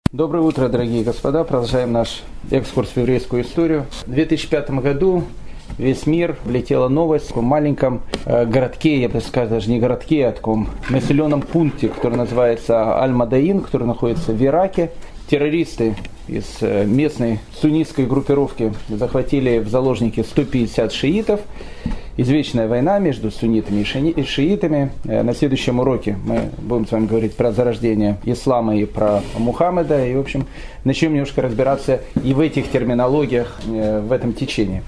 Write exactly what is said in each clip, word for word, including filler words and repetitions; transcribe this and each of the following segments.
Доброе утро, дорогие господа. Продолжаем наш экскурс в еврейскую историю. В две тысячи пятом году весь мир влетела новость в таком маленьком э, городке, я бы сказал, даже не городке, а таком населенном пункте, который называется Аль-Мадаин, который находится в Ираке. Террористы из э, местной суннитской группировки захватили в заложники сто пятьдесят шиитов. Извечная война между суннитами и шиитами. На следующем уроке мы будем с вами говорить про зарождение ислама и про Мухаммеда. И, в общем, начнем немножко разбираться и в этих терминологиях, в этом течении.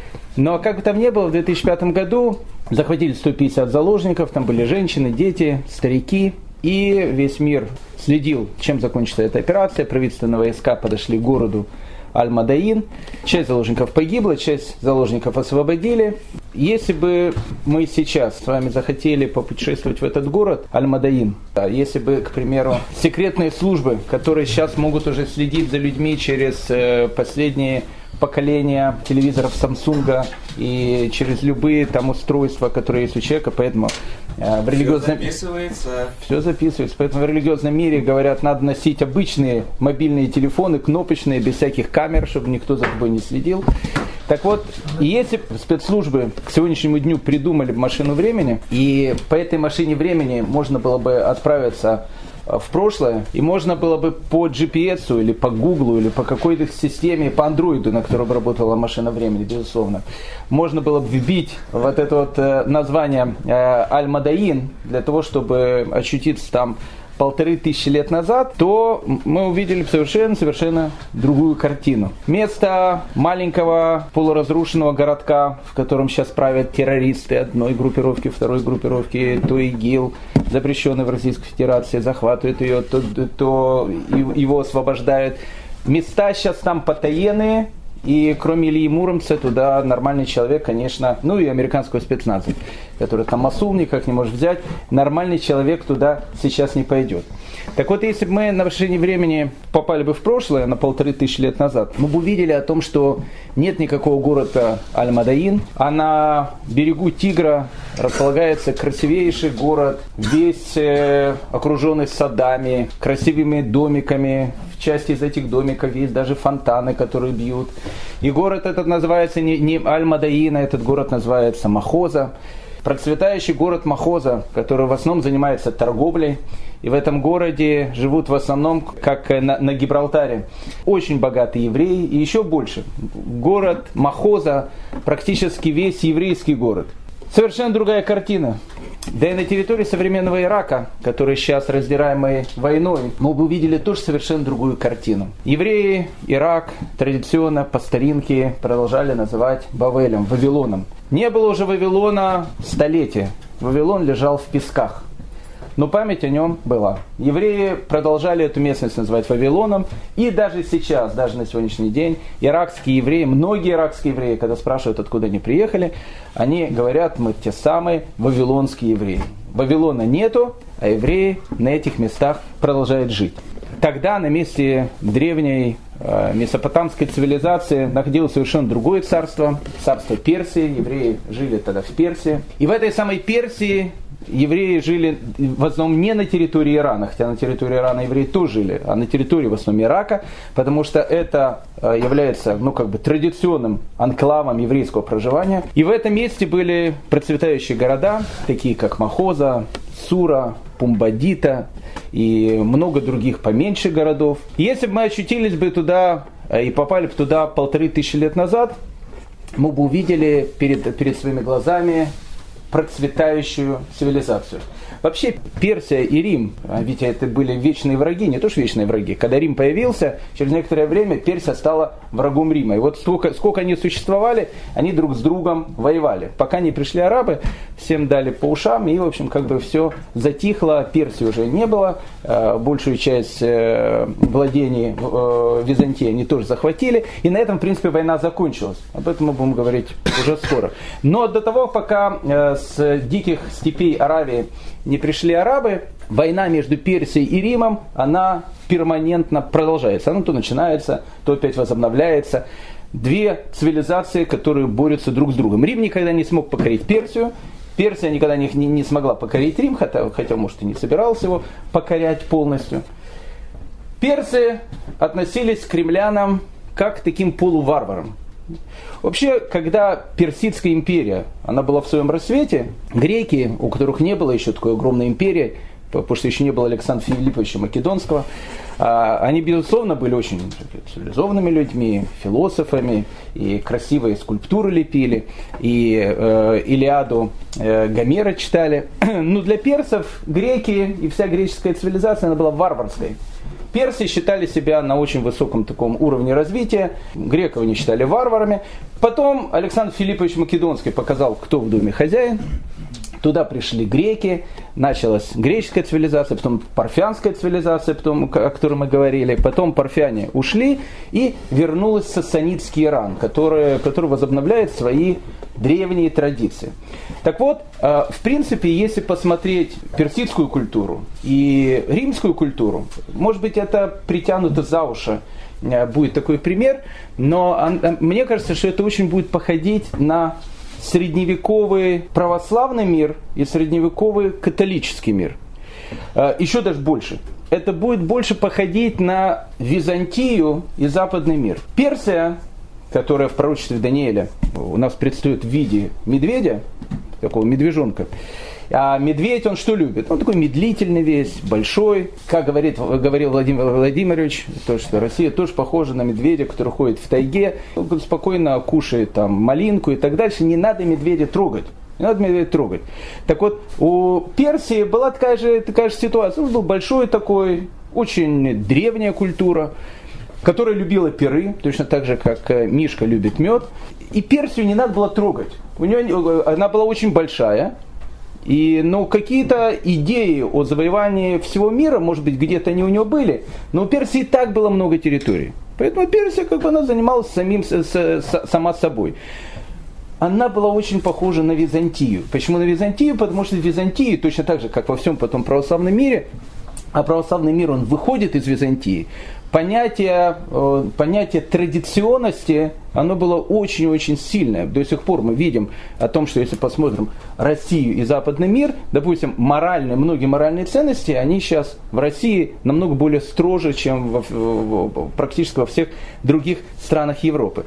Но как бы там ни было, в две тысячи пятом году захватили сто пятьдесят заложников. Там были женщины, дети, старики. И весь мир следил, чем закончится эта операция. Правительственные войска подошли к городу Аль-Мадаин. Часть заложников погибла, часть заложников освободили. Если бы мы сейчас с вами захотели попутешествовать в этот город Аль-Мадаин, да, если бы, к примеру, секретные службы, которые сейчас могут уже следить за людьми через э, последние поколения телевизоров Samsung и через любые там устройства, которые есть у человека, поэтому э, в религиозном... Все записывается. Все записывается, поэтому в религиозном мире говорят, надо носить обычные мобильные телефоны, кнопочные, без всяких камер, чтобы никто за тобой не следил. Так вот, если спецслужбы к сегодняшнему дню придумали машину времени, и по этой машине времени можно было бы отправиться в прошлое, и можно было бы по джи пи эс или по Гуглу, или по какой-то системе, по андроиду, на котором работала машина времени, безусловно, можно было бы вбить вот это вот название Аль-Мадаин для того, чтобы очутиться там полторы тысячи лет назад, то мы увидели совершенно-совершенно другую картину. Вместо маленького полуразрушенного городка, в котором сейчас правят террористы одной группировки, второй группировки, то ИГИЛ, запрещенный в Российской Федерации, захватывает ее, то, то его освобождают. Места сейчас там потаенные, и кроме Ильи Муромца туда нормальный человек, конечно, ну и американского спецназа, который там Мосул никак не может взять, нормальный человек туда сейчас не пойдет. Так вот, если бы мы на машине времени попали бы в прошлое, на полторы тысячи лет назад, мы бы увидели о том, что нет никакого города Аль-Мадаин, а на берегу Тигра располагается красивейший город, весь э, окруженный садами, красивыми домиками. В части из этих домиков есть даже фонтаны, которые бьют. И город этот называется не, не Аль-Мадаин, а этот город называется Махоза. Процветающий город Махоза, который в основном занимается торговлей. И в этом городе живут в основном, как на, на Гибралтаре, очень богатые евреи и еще больше. Город Махоза практически весь еврейский город. Совершенно другая картина. Да и на территории современного Ирака, который сейчас раздираемый войной, мы бы увидели тоже совершенно другую картину. Евреи Ирак традиционно по старинке продолжали называть Бавелем, Вавилоном. Не было уже Вавилона столетия. Вавилон лежал в песках. Но память о нем была. Евреи продолжали эту местность называть Вавилоном. И даже сейчас, даже на сегодняшний день, иракские евреи, многие иракские евреи, когда спрашивают, откуда они приехали, они говорят, мы те самые вавилонские евреи. Вавилона нету, а евреи на этих местах продолжают жить. Тогда на месте древней э, месопотамской цивилизации находилось совершенно другое царство, царство Персии. Евреи жили тогда в Персии. И в этой самой Персии евреи жили в основном не на территории Ирана, хотя на территории Ирана евреи тоже жили, а на территории в основном Ирака, потому что это является, ну, как бы традиционным анклавом еврейского проживания. И в этом месте были процветающие города, такие как Махоза, Сура, Пумбадита и много других поменьше городов. И если бы мы очутились бы туда и попали бы туда полторы тысячи лет назад, мы бы увидели перед, перед своими глазами процветающую цивилизацию. Вообще Персия и Рим, ведь это были вечные враги, не то что вечные враги. Когда Рим появился, через некоторое время Персия стала врагом Рима. И вот сколько, сколько они существовали, они друг с другом воевали. Пока не пришли арабы, всем дали по ушам, и, в общем, как бы все затихло, Персии уже не было, большую часть владений Византии они тоже захватили, и на этом, в принципе, война закончилась. Об этом мы будем говорить уже скоро. Но до того, пока с диких степей Аравии не пришли арабы, война между Персией и Римом, она перманентно продолжается. Она то начинается, то опять возобновляется. Две цивилизации, которые борются друг с другом. Рим никогда не смог покорить Персию. Персия никогда не, не, не смогла покорить Рим, хотя, хотя, может, и не собиралась его покорять полностью. Персы относились к римлянам как к таким полуварварам. Вообще, когда Персидская империя, она была в своем рассвете, греки, у которых не было еще такой огромной империи, потому что еще не было Александра Филипповича Македонского, они, безусловно, были очень цивилизованными людьми, философами, и красивые скульптуры лепили, и э, Илиаду э, Гомера читали. Но для персов греки и вся греческая цивилизация, она была варварской. Персы считали себя на очень высоком таком уровне развития, греков они считали варварами. Потом Александр Филиппович Македонский показал, кто в доме хозяин. Туда пришли греки, началась греческая цивилизация, потом парфянская цивилизация, потом, о которой мы говорили, потом парфяне ушли, и вернулась сасанидский Иран, который, который возобновляет свои древние традиции. Так вот, в принципе, если посмотреть персидскую культуру и римскую культуру, может быть, это притянуто за уши, будет такой пример, но мне кажется, что это очень будет походить на средневековый православный мир и средневековый католический мир. Еще даже больше. Это будет больше походить на Византию и западный мир. Персия, которая в пророчестве Даниэля у нас предстает в виде медведя, такого медвежонка, а медведь, он что любит? Он такой медлительный весь, большой. Как говорит, говорил Владимир Владимирович, то, что Россия тоже похожа на медведя, который ходит в тайге, он спокойно кушает там малинку и так дальше. Не надо медведя трогать. Не надо медведя трогать. Так вот, у Персии была такая же, такая же ситуация. Он был большой такой, очень древняя культура, которая любила пиры, точно так же, как Мишка любит мед. И Персию не надо было трогать. У нее, она была очень большая. И, ну, какие-то идеи о завоевании всего мира, может быть, где-то они у него были, но у Персии и так было много территорий. Поэтому Персия, как бы, она занималась самим, с, с, сама собой. Она была очень похожа на Византию. Почему на Византию? Потому что в Византии, точно так же, как во всем потом православном мире, а православный мир, он выходит из Византии, понятие, понятие традиционности, оно было очень-очень сильное. До сих пор мы видим о том, что если посмотрим Россию и западный мир, допустим, моральные, многие моральные ценности, они сейчас в России намного более строже, чем в, в, практически во всех других странах Европы.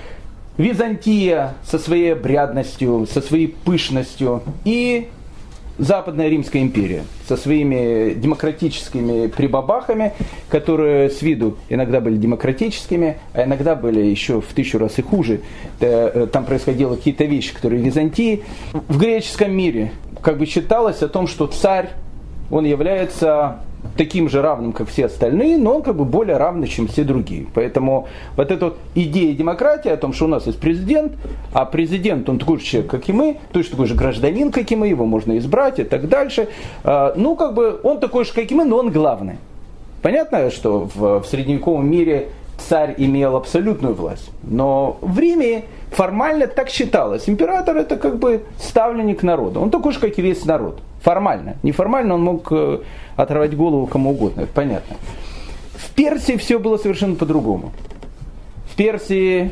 Византия со своей обрядностью, со своей пышностью и Западная Римская империя со своими демократическими прибабахами, которые с виду иногда были демократическими, а иногда были еще в тысячу раз и хуже. Там происходило какие-то вещи, которые в Византии. В греческом мире как бы считалось о том, что царь, он является таким же равным, как все остальные, но он как бы более равный, чем все другие. Поэтому вот эта вот идея демократии о том, что у нас есть президент, а президент, он такой же человек, как и мы, точно такой же гражданин, как и мы, его можно избрать и так дальше. Ну, как бы он такой же, как и мы, но он главный. Понятно, что в, в средневековом мире царь имел абсолютную власть, но в Риме формально так считалось. Император — это как бы ставленник народа. Он такой же, как и весь народ. Формально. Неформально он мог оторвать голову кому угодно, это понятно. В Персии все было совершенно по-другому. В Персии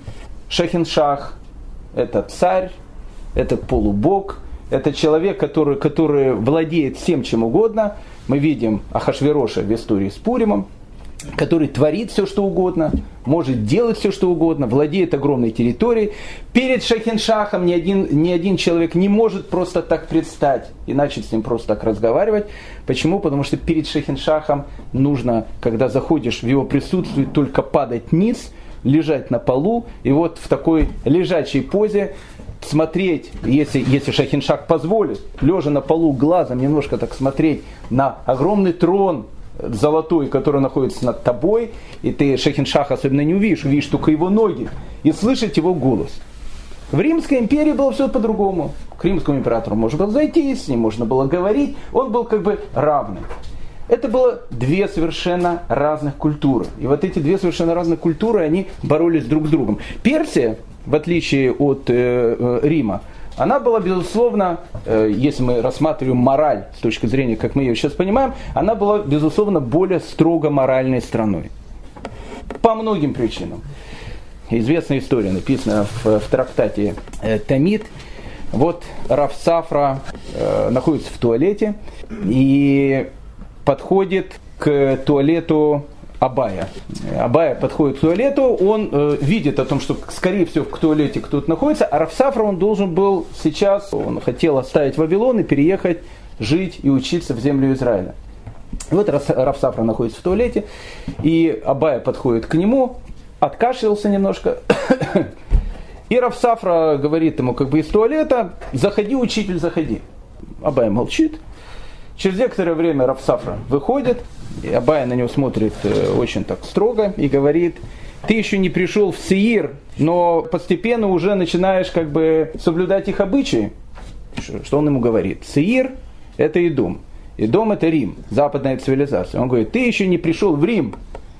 Шахиншах – это царь, это полубог, это человек, который, который владеет всем чем угодно. Мы видим Ахашвероша в истории с Пуримом, который творит все, что угодно, может делать все, что угодно, владеет огромной территорией. Перед Шахиншахом ни один, ни один человек не может просто так предстать и начать с ним просто так разговаривать. Почему? Потому что перед Шахиншахом нужно, когда заходишь в его присутствие, только падать низ, лежать на полу, и вот в такой лежачей позе смотреть, если, если Шахиншах позволит, лежа на полу глазом немножко так смотреть на огромный трон золотой, который находится над тобой, и ты Шахиншаха особенно не увидишь, увидишь только его ноги, и слышать его голос. В Римской империи было все по-другому. К римскому императору можно было зайти, с ним можно было говорить, он был как бы равным. Это было две совершенно разных культуры. И вот эти две совершенно разных культуры, они боролись друг с другом. Персия, в отличие от э, э, Рима, она была, безусловно, э, если мы рассматриваем мораль с точки зрения, как мы ее сейчас понимаем, она была, безусловно, более строго моральной страной. По многим причинам. Известная история, написана в, в трактате э, Тамид. Вот Рав Сафра э, находится в туалете и подходит к туалету Абая. Абая подходит к туалету, он э, видит о том, что, скорее всего, в туалете кто-то находится, а Рав Сафра, он должен был сейчас, он хотел оставить Вавилон и переехать, жить и учиться в землю Израиля. И вот Рав Сафра находится в туалете, и Абая подходит к нему, откашлялся немножко, и Рав Сафра говорит ему как бы из туалета: заходи, учитель, заходи. Абая молчит. Через некоторое время Рав Сафра выходит, и Абая на него смотрит очень так строго и говорит: ты еще не пришел в Сеир, но постепенно уже начинаешь как бы соблюдать их обычаи. Что он ему говорит? Сеир – это Идом. Идом – это Рим, западная цивилизация. Он говорит: ты еще не пришел в Рим,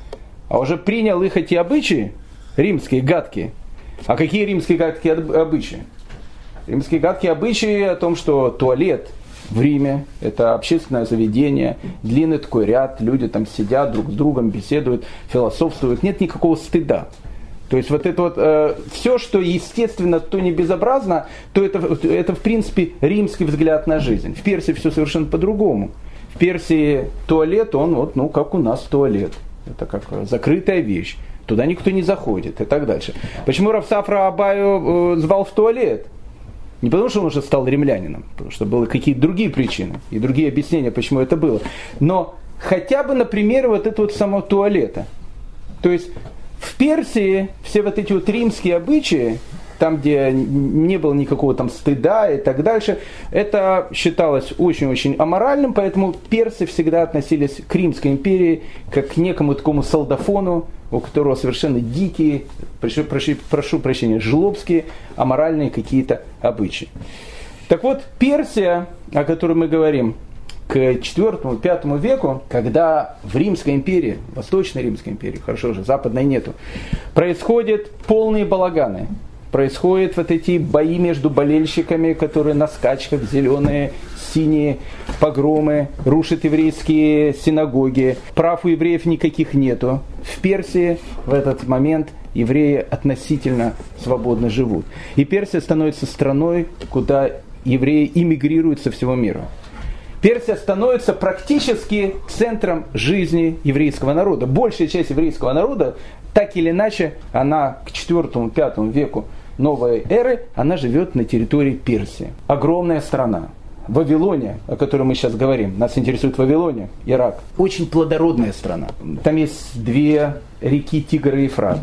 а уже принял их эти обычаи, римские, гадкие. А какие римские гадкие обычаи? Римские гадкие обычаи о том, что туалет в Риме – это общественное заведение, длинный такой ряд, люди там сидят друг с другом, беседуют, философствуют, нет никакого стыда. То есть вот это вот, э, все, что естественно, то не безобразно, то это, это в принципе римский взгляд на жизнь. В Персии все совершенно по-другому. В Персии туалет, он вот, ну, как у нас туалет. Это как закрытая вещь. Туда никто не заходит и так дальше. Почему Рав Сафра Абаю э, звал в туалет? Не потому, что он уже стал римлянином, потому что были какие-то другие причины и другие объяснения, почему это было. Но хотя бы на примере вот этого вот самого туалета. То есть в Персии все вот эти вот римские обычаи, там, где не было никакого там стыда и так дальше, это считалось очень-очень аморальным, поэтому персы всегда относились к Римской империи как к некому такому солдафону, у которого совершенно дикие, прошу, прошу, прошу прощения, жлобские, аморальные какие-то обычаи. Так вот, Персия, о которой мы говорим, к четвёртому-пятому веку, когда в Римской империи, Восточной Римской империи, хорошо уже, Западной нету, происходят полные балаганы. Происходят вот эти бои между болельщиками, которые на скачках, зеленые, синие, погромы, рушат еврейские синагоги. Прав у евреев никаких нету. В Персии в этот момент евреи относительно свободно живут. И Персия становится страной, куда евреи иммигрируют со всего мира. Персия становится практически центром жизни еврейского народа. Большая часть еврейского народа, так или иначе, она к четвёртому-пятому веку новой эры, она живет на территории Персии. Огромная страна. Вавилония, о которой мы сейчас говорим, нас интересует Вавилония, Ирак. Очень плодородная страна. Там есть две реки Тигр и Ефрат.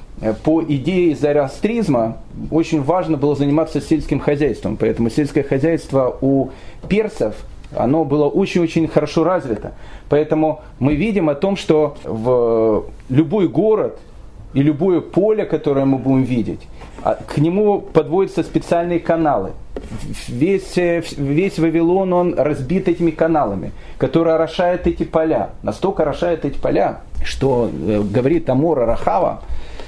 По идее зороастризма очень важно было заниматься сельским хозяйством, поэтому сельское хозяйство у персов, оно было очень-очень хорошо развито. Поэтому мы видим о том, что в любой город и любое поле, которое мы будем видеть, к нему подводятся специальные каналы. Весь, весь Вавилон, он разбит этими каналами, которые орошают эти поля. Настолько орошают эти поля, что говорит Амора Рахава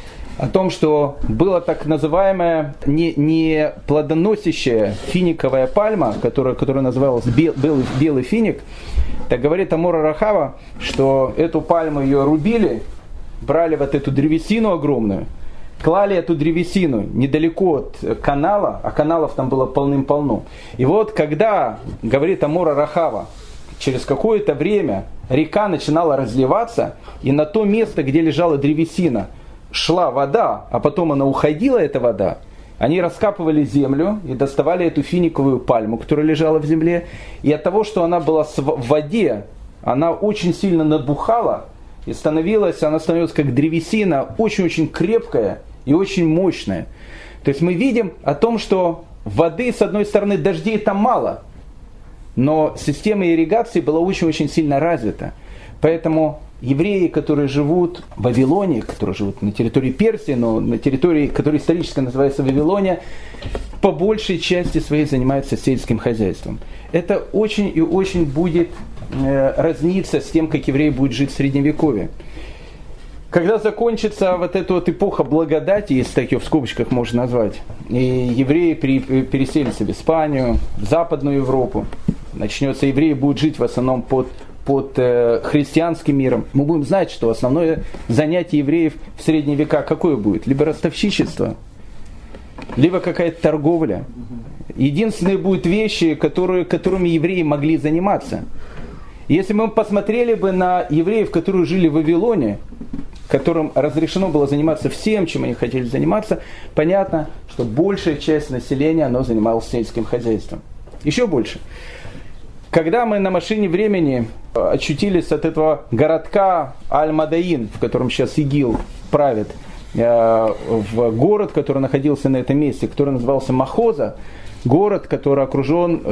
о том, что была так называемая не, не плодоносящая финиковая пальма, которая, которая называлась бел, белый, белый финик. Так говорит Амора Рахава, что эту пальму ее рубили, брали вот эту древесину огромную, клали эту древесину недалеко от канала, а каналов там было полным-полно. И вот когда, говорит Амора Рахава, через какое-то время река начинала разливаться, и на то место, где лежала древесина, шла вода, а потом она уходила, эта вода, они раскапывали землю и доставали эту финиковую пальму, которая лежала в земле, и от того, что она была в воде, она очень сильно набухала, и становилась, она становилась как древесина, очень-очень крепкая и очень мощная. То есть мы видим о том, что воды, с одной стороны, дождей там мало, но система ирригации была очень-очень сильно развита. Поэтому евреи, которые живут в Вавилоне, которые живут на территории Персии, но на территории, которая исторически называется Вавилония, по большей части своей занимаются сельским хозяйством. Это очень и очень будет э, разниться с тем, как евреи будут жить в Средневековье. Когда закончится вот эта вот эпоха благодати, если так ее в скобочках можно назвать, и евреи переселятся в Испанию, в Западную Европу, начнется, евреи будут жить в основном под, под э, христианским миром, мы будем знать, что основное занятие евреев в средние века какое будет? Либо ростовщичество, либо какая-то торговля. Единственные будут вещи, которые, которыми евреи могли заниматься. Если мы посмотрели бы на евреев, которые жили в Вавилоне, которым разрешено было заниматься всем, чем они хотели заниматься, понятно, что большая часть населения, оно занималось сельским хозяйством. Еще больше. Когда мы на машине времени очутились от этого городка Аль-Мадаин, в котором сейчас ИГИЛ правит, в город, который находился на этом месте, который назывался Махоза, город, который окружен,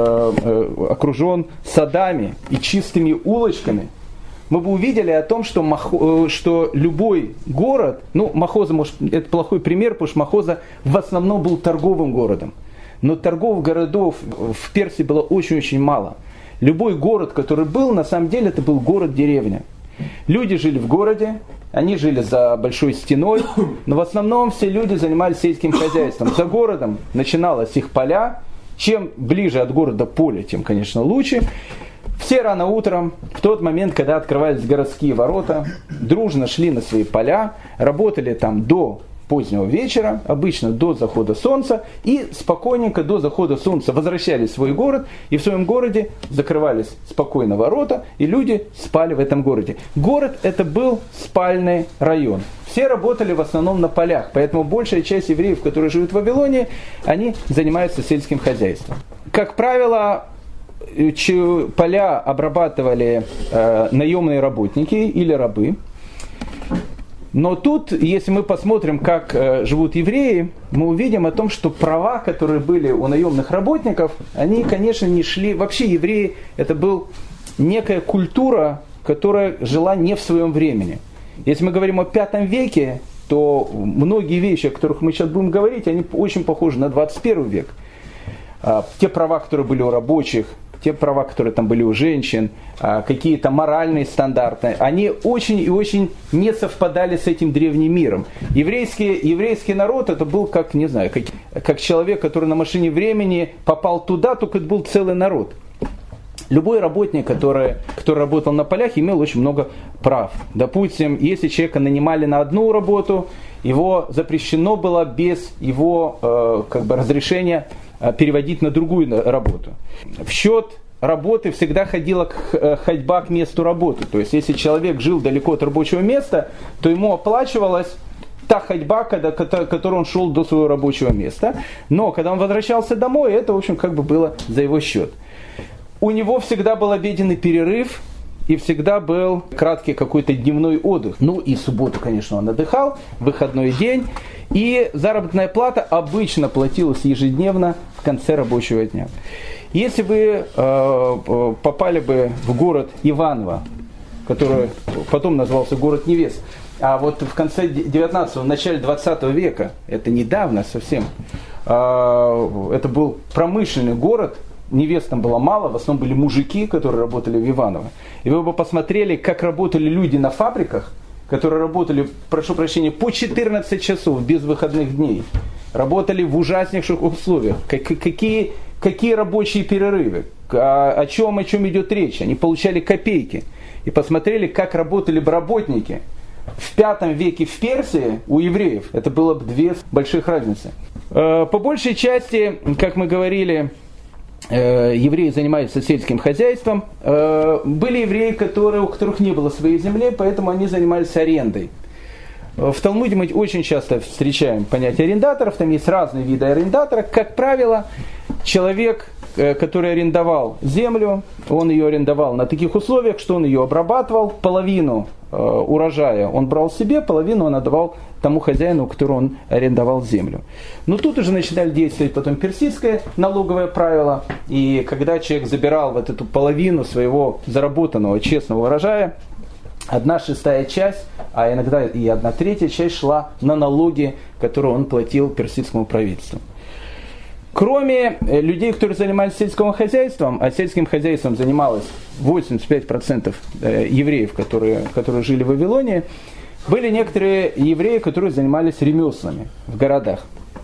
окружен садами и чистыми улочками, мы бы увидели о том, что, Махо, что любой город, ну, Махоза, может, это плохой пример, потому что Махоза в основном был торговым городом. Но торговых городов в Персии было очень-очень мало. Любой город, который был, на самом деле, это был город-деревня. Люди жили в городе, они жили за большой стеной, но в основном все люди занимались сельским хозяйством. За городом начиналось их поля. Чем ближе от города поле, тем, конечно, лучше. Все рано утром, в тот момент, когда открывались городские ворота, дружно шли на свои поля, работали там до позднего вечера, обычно до захода солнца, и спокойненько до захода солнца возвращались в свой город, и в своем городе закрывались спокойно ворота, и люди спали в этом городе. Город это был спальный район. Все работали в основном на полях, поэтому большая часть евреев, которые живут в Вавилоне, они занимаются сельским хозяйством. Как правило, поля обрабатывали э, наемные работники или рабы. Но тут, если мы посмотрим, как э, живут евреи, мы увидим о том, что права, которые были у наемных работников, они, конечно, не шли... Вообще евреи, это была некая культура, которая жила не в своем времени. Если мы говорим о пятом веке, то многие вещи, о которых мы сейчас будем говорить, они очень похожи на двадцать первый век. Э, те права, которые были у рабочих, те права, которые там были у женщин, какие-то моральные стандарты, они очень и очень не совпадали с этим древним миром. Еврейский, еврейский народ, это был как, не знаю, как, как человек, который на машине времени попал туда, только это был целый народ. Любой работник, который, который работал на полях, имел очень много прав. Допустим, если человека нанимали на одну работу, его запрещено было без его э, как бы разрешения переводить на другую работу. В счет работы всегда ходила ходьба к месту работы. То есть, если человек жил далеко от рабочего места, то ему оплачивалась та ходьба, когда, которой он шел до своего рабочего места. Но когда он возвращался домой, это, в общем, как бы было за его счет. У него всегда был обеденный перерыв, и всегда был краткий какой-то дневной отдых. Ну и субботу, конечно, он отдыхал, выходной день. И заработная плата обычно платилась ежедневно в конце рабочего дня. Если вы э, попали бы в город Иваново, который потом назывался город невест, а вот в конце девятнадцатого, в начале двадцатого века, это недавно совсем, э, это был промышленный город, невест там было мало, в основном были мужики, которые работали в Иваново. И вы бы посмотрели, как работали люди на фабриках, которые работали, прошу прощения, по четырнадцать часов без выходных дней. Работали в ужаснейших условиях. Какие, какие рабочие перерывы? О, о чем, о чем идет речь? Они получали копейки. И посмотрели, как работали бы работники. В пятом веке в Персии у евреев это было бы две больших разницы. По большей части, как мы говорили, евреи занимаются сельским хозяйством. Были евреи, которые, у которых не было своей земли, поэтому они занимались арендой. В Талмуде мы очень часто встречаем понятие арендаторов, там есть разные виды арендаторов. Как правило, человек, который арендовал землю, он ее арендовал на таких условиях, что он ее обрабатывал, половину урожая он брал себе, половину он отдавал тому хозяину, у которого он арендовал землю. Но тут уже начинали действовать потом персидское налоговое правило, и когда человек забирал вот эту половину своего заработанного честного урожая, одна шестая часть, а иногда и одна третья часть шла на налоги, которые он платил персидскому правительству. Кроме людей, которые занимались сельским хозяйством, а сельским хозяйством занималось восемьдесят пять процентов евреев, которые, которые жили в Вавилоне, были некоторые евреи, которые занимались ремеслами в городах.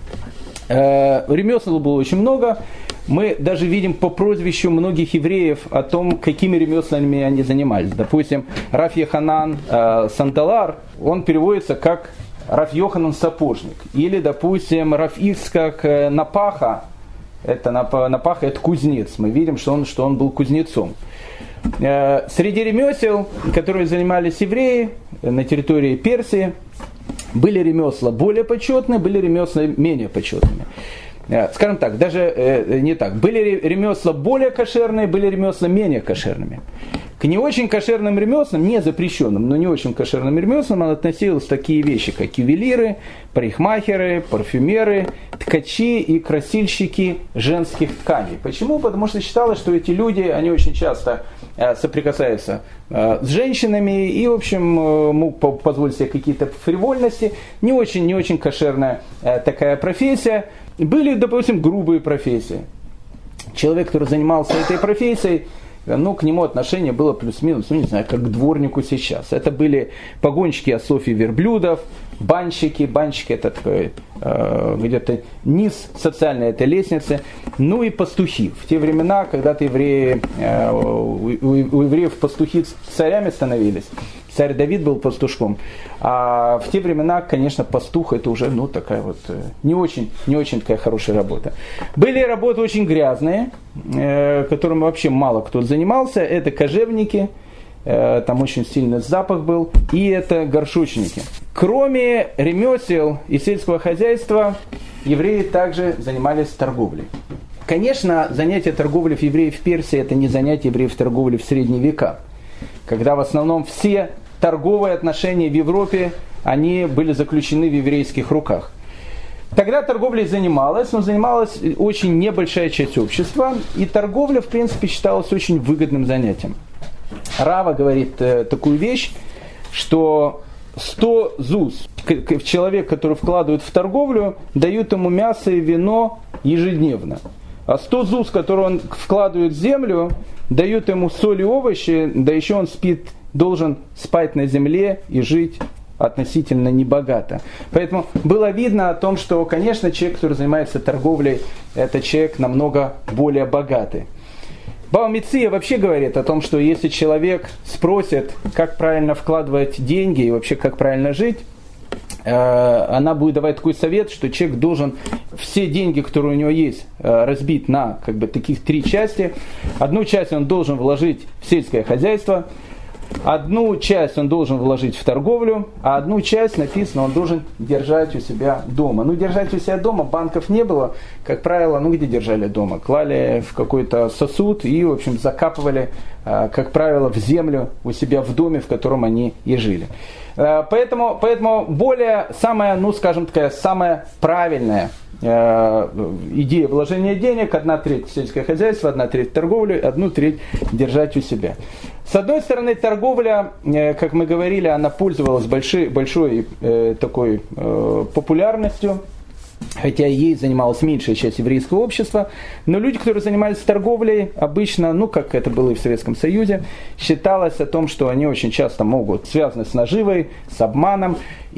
Ремесел было очень много. Мы даже видим по прозвищу многих евреев о том, какими ремеслами они занимались. Допустим, Рав Йоханан Сандалар, он переводится как Рав Йоханан Сапожник. Или, допустим, Рав Ицхак Напаха, это Напах, это кузнец. Мы видим, что он, что он был кузнецом. Среди ремесел, которые занимались евреи на территории Персии, были ремесла более почетные, были ремесла менее почетными. Скажем так, даже э, не так. Были ремесла более кошерные, были ремесла менее кошерными. К не очень кошерным ремеслам, не запрещенным, но не очень кошерным ремеслам относились такие вещи, как ювелиры, парикмахеры, парфюмеры, ткачи и красильщики женских тканей. Почему? Потому что считалось, что эти люди, они очень часто э, соприкасаются э, с женщинами и, в общем, э, мог позволить себе какие-то фривольности. Не очень, не очень кошерная э, такая профессия. Были, допустим, грубые профессии. Человек, который занимался этой профессией, ну, к нему отношение было плюс-минус, ну, не знаю, как к дворнику сейчас. Это были погонщики Асофьи верблюдов, банщики. Банщики – это такой, э, где-то низ социальной этой лестницы. Ну и пастухи. В те времена, когда-то евреи, э, у, у евреев пастухи царями становились. Царь Давид был пастушком. А в те времена, конечно, пастух это уже, ну, такая вот не очень, не очень такая хорошая работа. Были работы очень грязные, э, которыми вообще мало кто занимался. Это кожевники, э, там очень сильный запах был. И это горшочники. Кроме ремесел и сельского хозяйства, евреи также занимались торговлей. Конечно, занятие торговлей евреев в Персии это не занятие евреев торговли в средние века, когда в основном все торговые отношения в Европе, они были заключены в еврейских руках. Тогда торговлей занималась, но занималась очень небольшая часть общества, и торговля, в принципе, считалась очень выгодным занятием. Рава говорит э, такую вещь, что сто зуз, человек, который вкладывает в торговлю, дают ему мясо и вино ежедневно. А сто зуз, которые он вкладывает в землю, дают ему соль и овощи, да еще он спит, должен спать на земле и жить относительно небогато. Поэтому было видно о том, что, конечно, человек, который занимается торговлей, это человек намного более богатый. Бава Меция вообще говорит о том, что если человек спросит, как правильно вкладывать деньги и вообще как правильно жить, она будет давать такой совет, что человек должен все деньги, которые у него есть, разбить на как бы, таких три части. Одну часть он должен вложить в сельское хозяйство, одну часть он должен вложить в торговлю, а одну часть, написано, он должен держать у себя дома. Ну, держать у себя дома, банков не было, как правило, ну, где держали дома? Клали в какой-то сосуд и, в общем, закапывали, как правило, в землю у себя в доме, в котором они и жили. Поэтому, поэтому более, самая, ну, скажем, такая, самая правильная э, идея вложения денег, одна треть сельское хозяйство, одна треть торговли, одну треть держать у себя. С одной стороны, торговля, э, как мы говорили, она пользовалась большой, большой э, такой э, популярностью, хотя ей занималась меньшая часть еврейского общества, но люди, которые занимались торговлей, обычно, ну, как это было и в Советском Союзе, считалось о том, что они очень часто могут связаны с наживой, с обманом,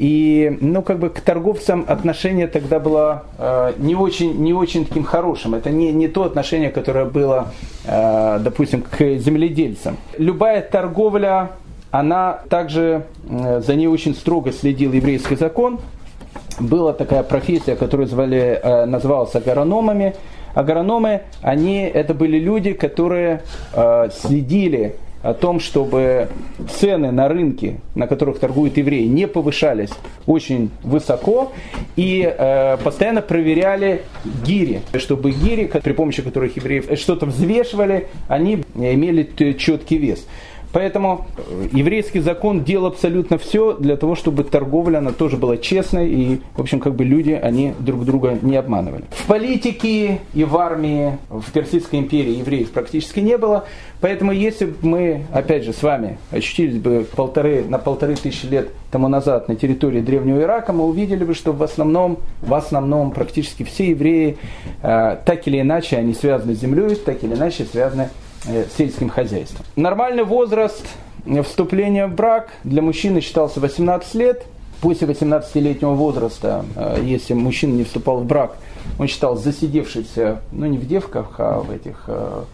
и, ну, как бы к торговцам отношение тогда было э, не очень, не очень таким хорошим. Это не, не то отношение, которое было, э, допустим, к земледельцам. Любая торговля, она также, э, за ней очень строго следил еврейский закон. Была такая профессия, которую звали, э, называлась агрономами. Агрономы, они, это были люди, которые э, следили о том, чтобы цены на рынке, на которых торгуют евреи, не повышались очень высоко, и э, постоянно проверяли гири, чтобы гири, при помощи которых евреев что-то взвешивали, они имели четкий вес. Поэтому еврейский закон делал абсолютно все для того, чтобы торговля, она тоже была честной, и, в общем, как бы люди, они друг друга не обманывали. В политике и в армии, в Персидской империи евреев практически не было, поэтому если бы мы, опять же, с вами очутились бы полторы, на полторы тысячи лет тому назад на территории Древнего Ирака, мы увидели бы, что в основном, в основном практически все евреи, э, так или иначе, они связаны с землей, так или иначе связаны с сельским хозяйством. Нормальный возраст вступления в брак для мужчины считался восемнадцать лет. После восемнадцатилетнего возраста, если мужчина не вступал в брак, он считал засидевшийся, ну не в девках, а в этих,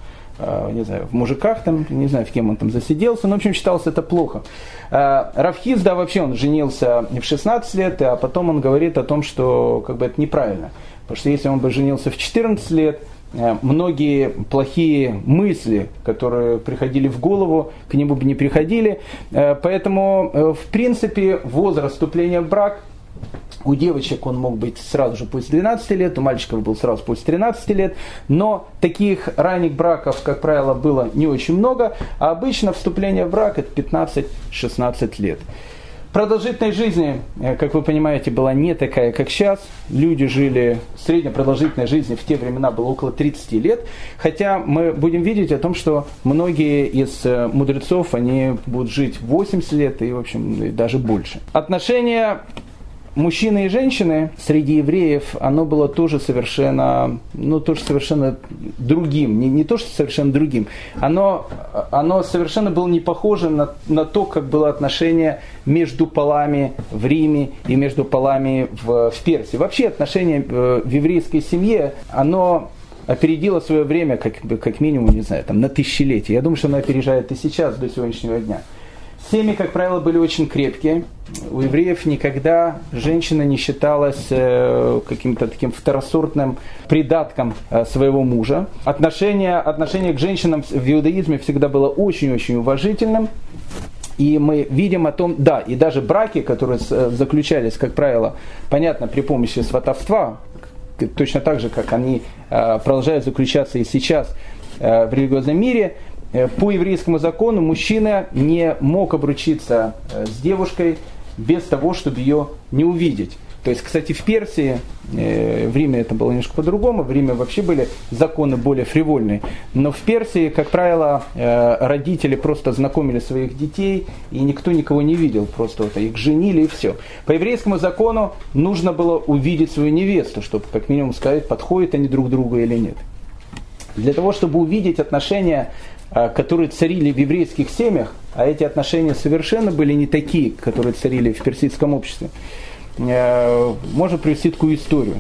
не знаю, в мужиках, там, не знаю, в кем он там засиделся, но в общем считалось это плохо. Рав Хизда вообще он женился в шестнадцать лет, а потом он говорит о том, что как бы это неправильно. Потому что если он бы женился в четырнадцать лет, многие плохие мысли, которые приходили в голову, к нему бы не приходили. Поэтому, в принципе, возраст вступления в брак у девочек он мог быть сразу же после двенадцати лет, у мальчиков был сразу после тринадцати лет, но таких ранних браков, как правило, было не очень много, а обычно вступление в брак это пятнадцать-шестнадцать лет. Продолжительность жизни, как вы понимаете, была не такая, как сейчас. Люди жили, средняя продолжительность жизни в те времена была около тридцати лет, хотя мы будем видеть о том, что многие из мудрецов, они будут жить восемьдесят лет и, в общем, даже больше. Отношения мужчины и женщины среди евреев, оно было тоже совершенно, ну, тоже совершенно другим. Не, не то, что совершенно другим. Оно, оно совершенно было не похоже на, на то, как было отношение между полами в Риме и между полами в, в Персии. Вообще отношение в еврейской семье, оно опередило свое время, как, как минимум, не знаю, там, на тысячелетие. Я думаю, что оно опережает и сейчас, до сегодняшнего дня. Семьи, как правило, были очень крепкие. У евреев никогда женщина не считалась э, каким-то таким второсортным придатком э, своего мужа. Отношение, отношение к женщинам в иудаизме всегда было очень-очень уважительным. И мы видим о том, да, и даже браки, которые заключались, как правило, понятно, при помощи сватовства, точно так же, как они э, продолжают заключаться и сейчас э, в религиозном мире, по еврейскому закону мужчина не мог обручиться с девушкой без того, чтобы ее не увидеть. То есть, кстати, в Персии, в Риме это было немножко по-другому, в Риме вообще были законы более фривольные. Но в Персии, как правило, родители просто знакомили своих детей, и никто никого не видел, просто вот их женили и все. По еврейскому закону нужно было увидеть свою невесту, чтобы как минимум сказать, подходят они друг другу или нет. Для того, чтобы увидеть отношения, которые царили в еврейских семьях, а эти отношения совершенно были не такие, которые царили в персидском обществе, можно привести такую историю.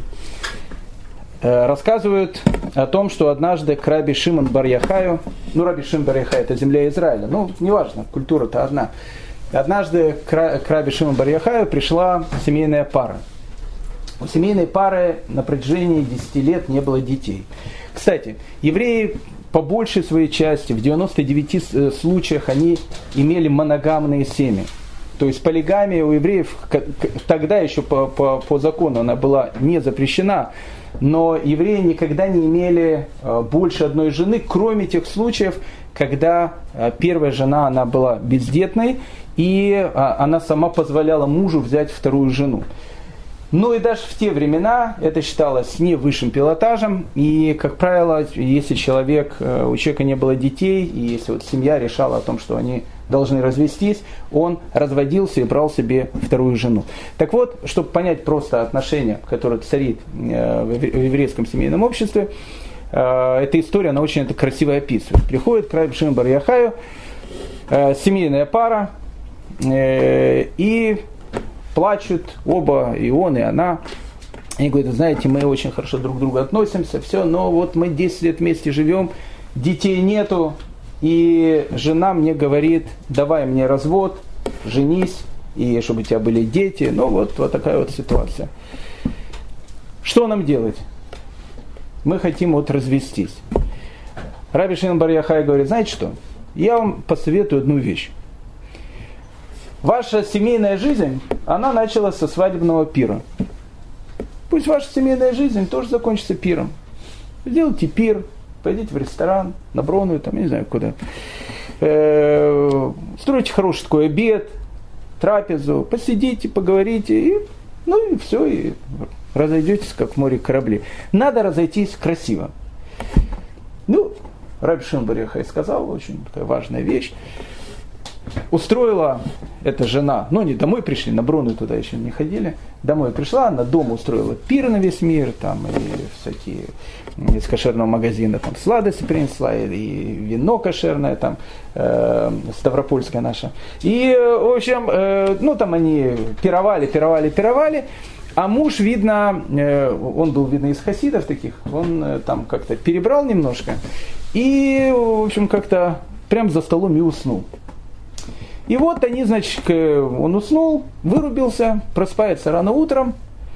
Рассказывают о том, что однажды к раби Шимон бар Яхаю, ну раби Шимон бар Яхай это земля Израиля, ну неважно, культура-то одна. Однажды к раби Шимон бар Яхаю пришла семейная пара. У семейной пары на протяжении десяти лет не было детей. Кстати, евреи по большей своей части, в девяноста девяти случаях, они имели моногамные семьи. То есть полигамия у евреев, тогда еще по, по, по закону она была не запрещена, но евреи никогда не имели больше одной жены, кроме тех случаев, когда первая жена она была бездетной, и она сама позволяла мужу взять вторую жену. Ну и даже в те времена это считалось не высшим пилотажем, и, как правило, если человек, у человека не было детей, и если вот семья решала о том, что они должны развестись, он разводился и брал себе вторую жену. Так вот, чтобы понять просто отношения, которые царит в еврейском семейном обществе, эта история, она очень это красиво описывает. Приходит к раби Шимон бар Яхаю семейная пара, и плачут оба, и он, и она. Они говорят, знаете, мы очень хорошо друг к другу относимся, все, но вот мы десять лет вместе живем, детей нету, и жена мне говорит, давай мне развод, женись, и чтобы у тебя были дети. Ну вот, вот такая вот ситуация. Что нам делать? Мы хотим вот развестись. Раби Шимон бар Яхай говорит, знаете что, я вам посоветую одну вещь. Ваша семейная жизнь, она началась со свадебного пира. Пусть ваша семейная жизнь тоже закончится пиром. Сделайте пир, пойдите в ресторан, на Бронную, там, не знаю куда. Э-э- стройте хороший такой обед, трапезу, посидите, поговорите, и, ну и все, и разойдетесь, как в море корабли. Надо разойтись красиво. Ну, раби Шимон бар Яхай сказал, очень такая важная вещь. Устроила эта жена, ну не домой пришли, на Брону туда еще не ходили, домой пришла, она дома устроила пир на весь мир, там и всякие из кошерного магазина там сладости принесла, и вино кошерное, там э, ставропольское наше. И, в общем, э, ну там они пировали, пировали, пировали, а муж, видно, э, он был, видно, из хасидов таких, он э, там как-то перебрал немножко, и, в общем, как-то прям за столом и уснул. И вот они, значит, он уснул, вырубился, просыпается рано утром,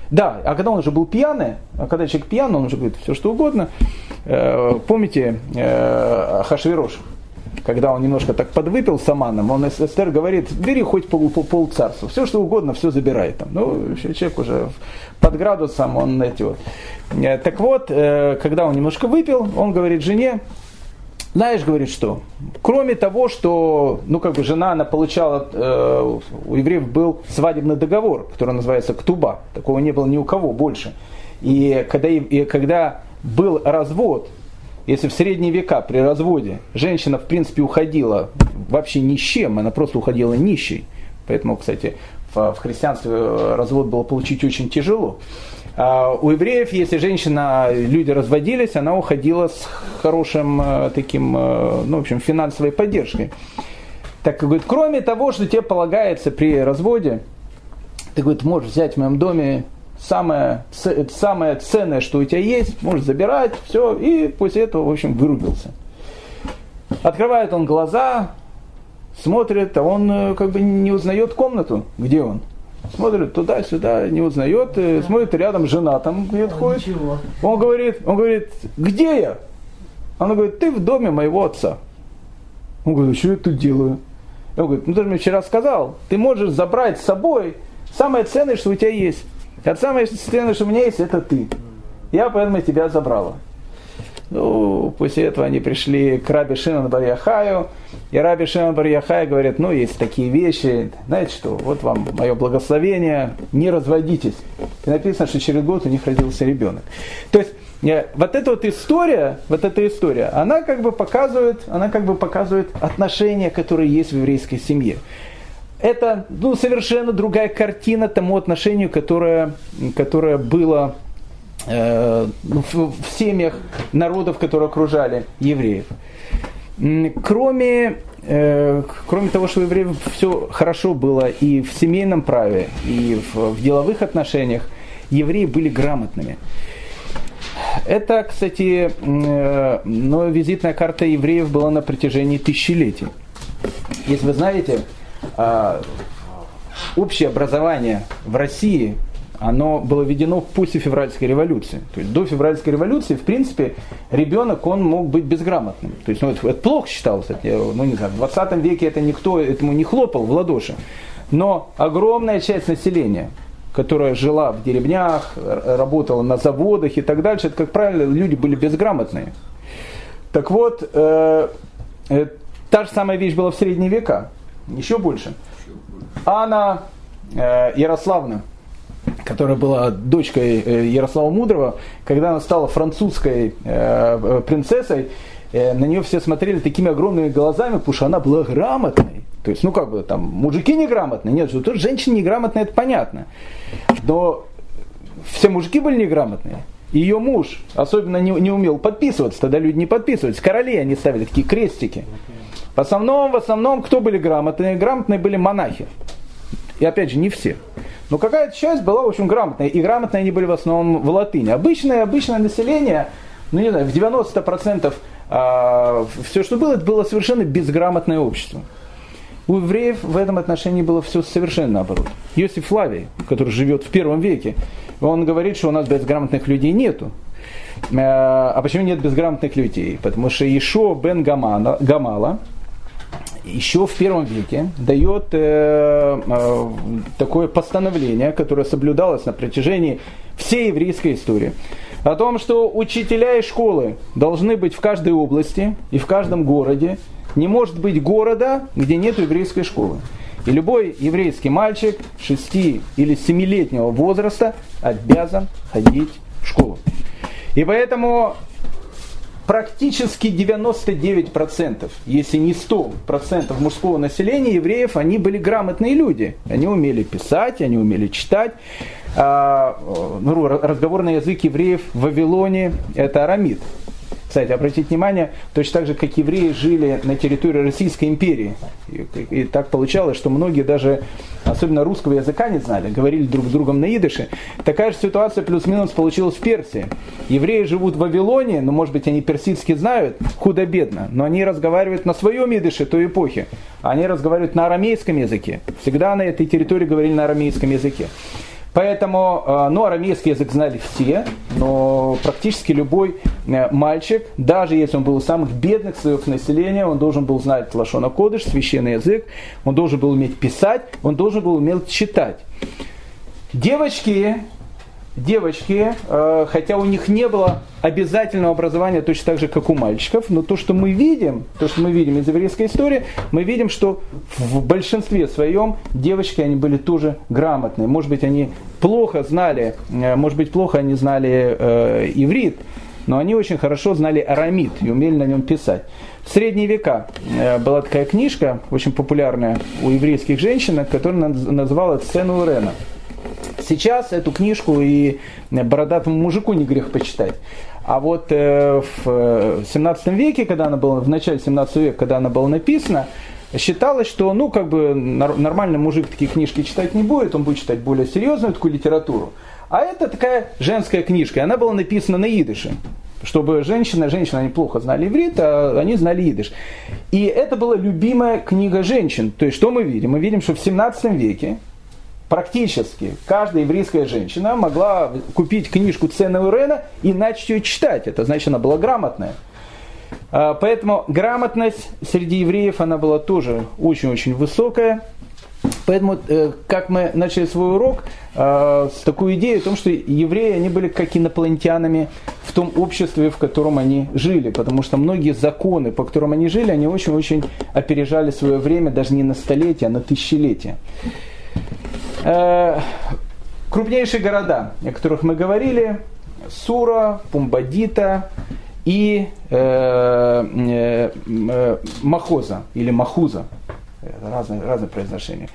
Да, а когда он уже был пьяный, а когда человек пьяный, он уже говорит все что угодно. Помните Ахашвирош, когда он немножко так подвыпил с Аманом, он Эстер говорит, бери хоть пол, пол, пол царства, все что угодно, все забирай там. Ну, человек уже под градусом, он эти вот. Так вот, когда он немножко выпил, он говорит жене, знаешь, говорит, что кроме того, что, ну, как бы жена, она получала, э, у евреев был свадебный договор, который называется ктуба, такого не было ни у кого больше. И когда, и когда был развод, если в средние века при разводе женщина, в принципе, уходила вообще ни с чем, она просто уходила нищей, поэтому, кстати, в, в христианстве развод было получить очень тяжело. А у евреев, если женщина, люди разводились, она уходила с хорошим таким, ну, в общем, финансовой поддержкой. Так, говорит, кроме того, что тебе полагается при разводе, ты, говорит, можешь взять в моем доме самое, самое ценное, что у тебя есть, можешь забирать, все, и после этого, в общем, вырубился. Открывает он глаза, смотрит, а он как бы не узнает комнату, где он. Смотрит туда-сюда, не узнает, да. Смотрит, рядом жена там где-то ходит. Он говорит, он говорит, где я? Она говорит, ты в доме моего отца. Он говорит, что я тут делаю? Он говорит, ну ты же мне вчера сказал, ты можешь забрать с собой самое ценное, что у тебя есть. А самое ценное, что у меня есть, это ты. Я поэтому тебя забрала. Ну, после этого они пришли к Раби Шимон бар Йохаю, и Раби Шимон бар Йохай говорит, ну, есть такие вещи, знаете что, вот вам мое благословение, не разводитесь. И написано, что через год у них родился ребенок. То есть, вот эта вот история, вот эта история, она как бы показывает, она как бы показывает отношения, которые есть в еврейской семье. Это, ну, совершенно другая картина тому отношению, которое, которое было в семьях народов, которые окружали евреев. Кроме, кроме того, что у евреев все хорошо было и в семейном праве, и в, в деловых отношениях, евреи были грамотными. Это, кстати, но визитная карта евреев была на протяжении тысячелетий. Если вы знаете, общее образование в России оно было введено после февральской революции. То есть до февральской революции, в принципе, ребенок, он мог быть безграмотным. То есть, ну, это, это плохо считалось. Это, ну, не знаю, в двадцатом веке это никто этому не хлопал в ладоши. Но огромная часть населения, которая жила в деревнях, работала на заводах и так дальше, это, как правило, люди были безграмотные. Так вот, э, э, та же самая вещь была в средние века. Еще больше. Анна э, Ярославна, которая была дочкой Ярослава Мудрого, когда она стала французской э, принцессой, э, на нее все смотрели такими огромными глазами, потому что она была грамотной. То есть, ну как бы, там, мужики неграмотные, нет, что тут женщины неграмотные, это понятно. Но все мужики были неграмотные. Ее муж особенно не, не умел подписываться, тогда люди не подписывались. Королей они ставили такие крестики. В основном, в основном, кто были грамотные? Грамотные были монахи. И опять же, не все. Но какая-то часть была, в общем, грамотная. И грамотные они были в основном в латыни. Обычное, обычное население, ну не знаю, в девяносто процентов а, все, что было, это было совершенно безграмотное общество. У евреев в этом отношении было все совершенно наоборот. Иосиф Флавий, который живет в первом веке, он говорит, что у нас безграмотных людей нету. А почему нет безграмотных людей? Потому что Ишуа бен Гамала, Гамала еще в первом веке дает э, э, такое постановление, которое соблюдалось на протяжении всей еврейской истории, о том, что учителя и школы должны быть в каждой области и в каждом городе. Не может быть города, где нет еврейской школы. И любой еврейский мальчик шести или семилетнего возраста обязан ходить в школу. И поэтому практически девяносто девять процентов, если не сто процентов мужского населения евреев, они были грамотные люди. Они умели писать, они умели читать. Разговорный язык евреев в Вавилоне – это арамит. Кстати, обратите внимание, точно так же, как евреи жили на территории Российской империи. И, и так получалось, что многие даже, особенно русского языка не знали, говорили друг с другом на идыше. Такая же ситуация плюс-минус получилась в Персии. Евреи живут в Вавилоне, но, может быть, они персидский знают, худо-бедно, но они разговаривают на своем идыше той эпохи. Они разговаривают на арамейском языке. Всегда на этой территории говорили на арамейском языке. Поэтому, ну, арамейский язык знали все, но практически любой мальчик, даже если он был из самых бедных слоев населения, он должен был знать лашон а-кодеш, священный язык, он должен был уметь писать, он должен был уметь читать. Девочки, девочки, хотя у них не было обязательного образования точно так же, как у мальчиков, но то, что мы видим, то, что мы видим из еврейской истории, мы видим, что в большинстве своем девочки, они были тоже грамотные. Может быть, они плохо знали, может быть, плохо они знали э, иврит, но они очень хорошо знали арамит и умели на нем писать. В средние века э, была такая книжка, очень популярная у еврейских женщин, которая называлась «Цену Рена». Сейчас эту книжку и бородатому мужику не грех почитать. А вот э, в семнадцатом веке, когда она была, в начале семнадцатого века, когда она была написана, считалось, что ну, как бы, нормальный мужик такие книжки читать не будет, он будет читать более серьезную такую литературу. А это такая женская книжка, и она была написана на идыше. Чтобы женщины, женщины они плохо знали иврит, а они знали идыш. И это была любимая книга женщин. То есть что мы видим? Мы видим, что в семнадцатом веке практически каждая еврейская женщина могла купить книжку Цену Рена и начать ее читать. Это значит, она была грамотная. Поэтому грамотность среди евреев она была тоже очень-очень высокая. Поэтому, как мы начали свой урок, с такой идеей о том, что евреи они были как инопланетянами в том обществе, в котором они жили. Потому что многие законы, по которым они жили, они очень-очень опережали свое время даже не на столетия, а на тысячелетия. Крупнейшие города, о которых мы говорили, Сура, Пумбадита и э, э, Махоза или Махуза. Разные, разные произношения.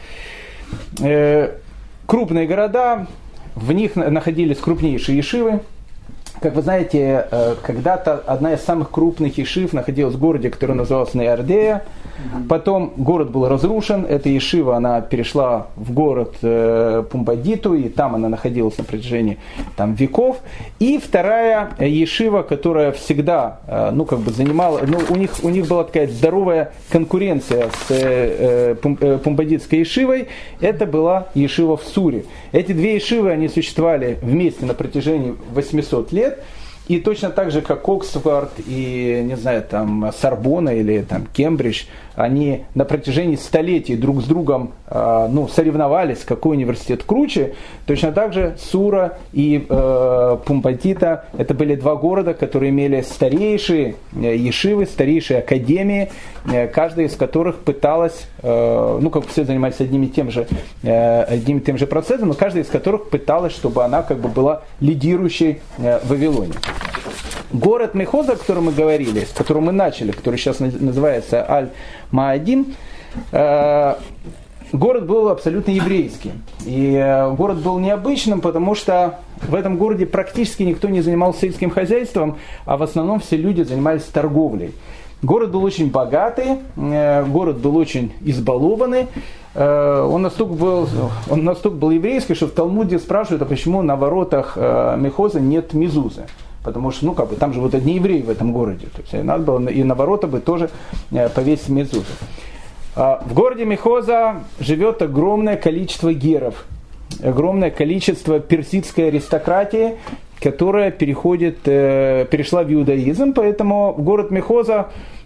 Э, крупные города, в них находились крупнейшие ешивы. Как вы знаете, когда-то одна из самых крупных ешив находилась в городе, который назывался Неардея. Потом город был разрушен, эта ешива она перешла в город э, Пумбадиту, и там она находилась на протяжении там, веков. И вторая ешива, которая всегда э, ну, как бы занимала, ну, у, них, у них была такая здоровая конкуренция с э, пум, э, Пумбадитской ешивой, это была ешива в Суре. Эти две ешивы они существовали вместе на протяжении восемьсот лет. И точно так же, как Оксфорд и, не знаю, там, Сорбонна или там, Кембридж, они на протяжении столетий друг с другом э, ну, соревновались, какой университет круче. Точно так же Сура и э, Пумбадита – это были два города, которые имели старейшие э, ешивы, старейшие академии, э, каждая из которых пыталась, э, ну, как все занимались одним и тем же, э, одним и тем же процессом, но каждая из которых пыталась, чтобы она как бы была лидирующей э, в Вавилоне. Город Мехоза, о котором мы говорили, с которым мы начали, который сейчас называется Аль-Маадим, э, город был абсолютно еврейский. И э, город был необычным, потому что в этом городе практически никто не занимался сельским хозяйством, а в основном все люди занимались торговлей. Город был очень богатый, э, город был очень избалованный. Э, он, настолько был, он настолько был еврейский, что в Талмуде спрашивают, а почему на воротах э, Мехоза нет мезузы. Потому что, ну, как бы, там живут одни евреи в этом городе. То есть, надо было и на ворота бы тоже повесить мезузу. В городе Мехоза живет огромное количество геров. Огромное количество персидской аристократии, которая переходит, перешла в иудаизм. Поэтому город Мехоза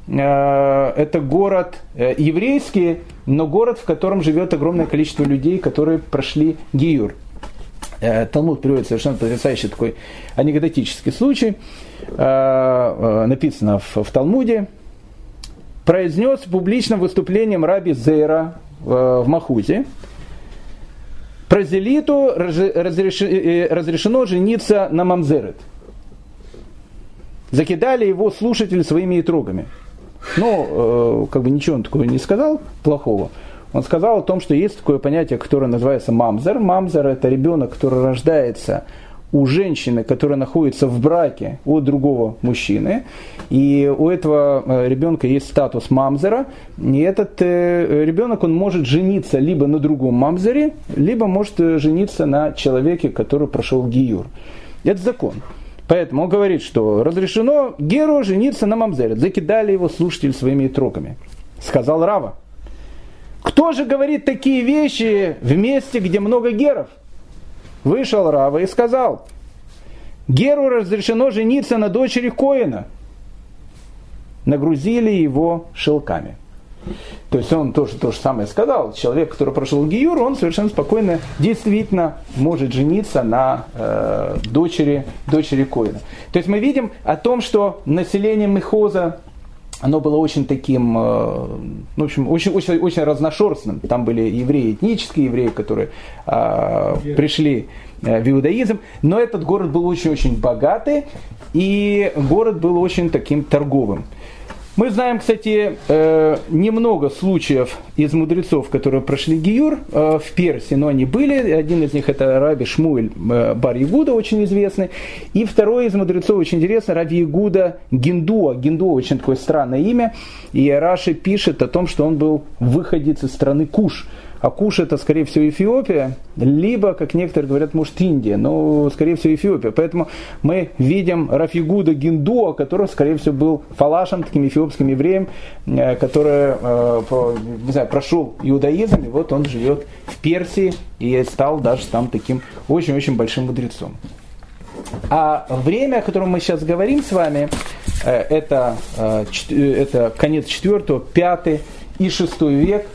это город еврейский, но город, в котором живет огромное количество людей, которые прошли гиюр. Талмуд приводит совершенно потрясающий такой анекдотический случай. Написано в, в Талмуде. Произнес публичным выступлением раби Зейра в Махузе: прозелиту разрешено жениться на мамзерет. Закидали его слушатели своими итрогами. Но как бы ничего он такого не сказал плохого. Он сказал о том, что есть такое понятие, которое называется мамзер. Мамзер – это ребенок, который рождается у женщины, которая находится в браке от другого мужчины. И у этого ребенка есть статус мамзера. И этот ребенок, он может жениться либо на другом мамзере, либо может жениться на человеке, который прошел гиюр. Это закон. Поэтому он говорит, что разрешено геру жениться на мамзере. Закидали его слушатели своими итрогами. Сказал Рава: кто же говорит такие вещи в месте, где много геров? вышел Рава и сказал: Геру разрешено жениться на дочери Коэна. Нагрузили его шелками. То есть он тоже то же самое сказал. Человек, который прошел гиюр, он совершенно спокойно, действительно может жениться на э, дочери, дочери Коэна. То есть мы видим о том, что население Мехоза, оно было очень таким, э, в общем, очень, очень, очень разношерстным. Там были евреи, этнические евреи, которые э, пришли э, в иудаизм. Но этот город был очень-очень богатый, и город был очень таким торговым. Мы знаем, кстати, немного случаев из мудрецов, которые прошли гиюр в Персии, но они были. Один из них это Раби Шмуэль бар Ягуда, очень известный. И второй из мудрецов очень интересный, Раби Ягуда Гиндуа. Гиндуа очень такое странное имя. И Раши пишет о том, что он был выходец из страны Куш. А Куш это, скорее всего, Эфиопия, либо, как некоторые говорят, может, Индия, но, скорее всего, Эфиопия. Поэтому мы видим Рав Ягуда Гиндуа, который, скорее всего, был фалашем, таким эфиопским евреем, который, не знаю, прошел иудаизм, и вот он живет в Персии и стал даже там таким очень-очень большим мудрецом. А время, о котором мы сейчас говорим с вами, это, это конец четвёртого, пятый и шестой век.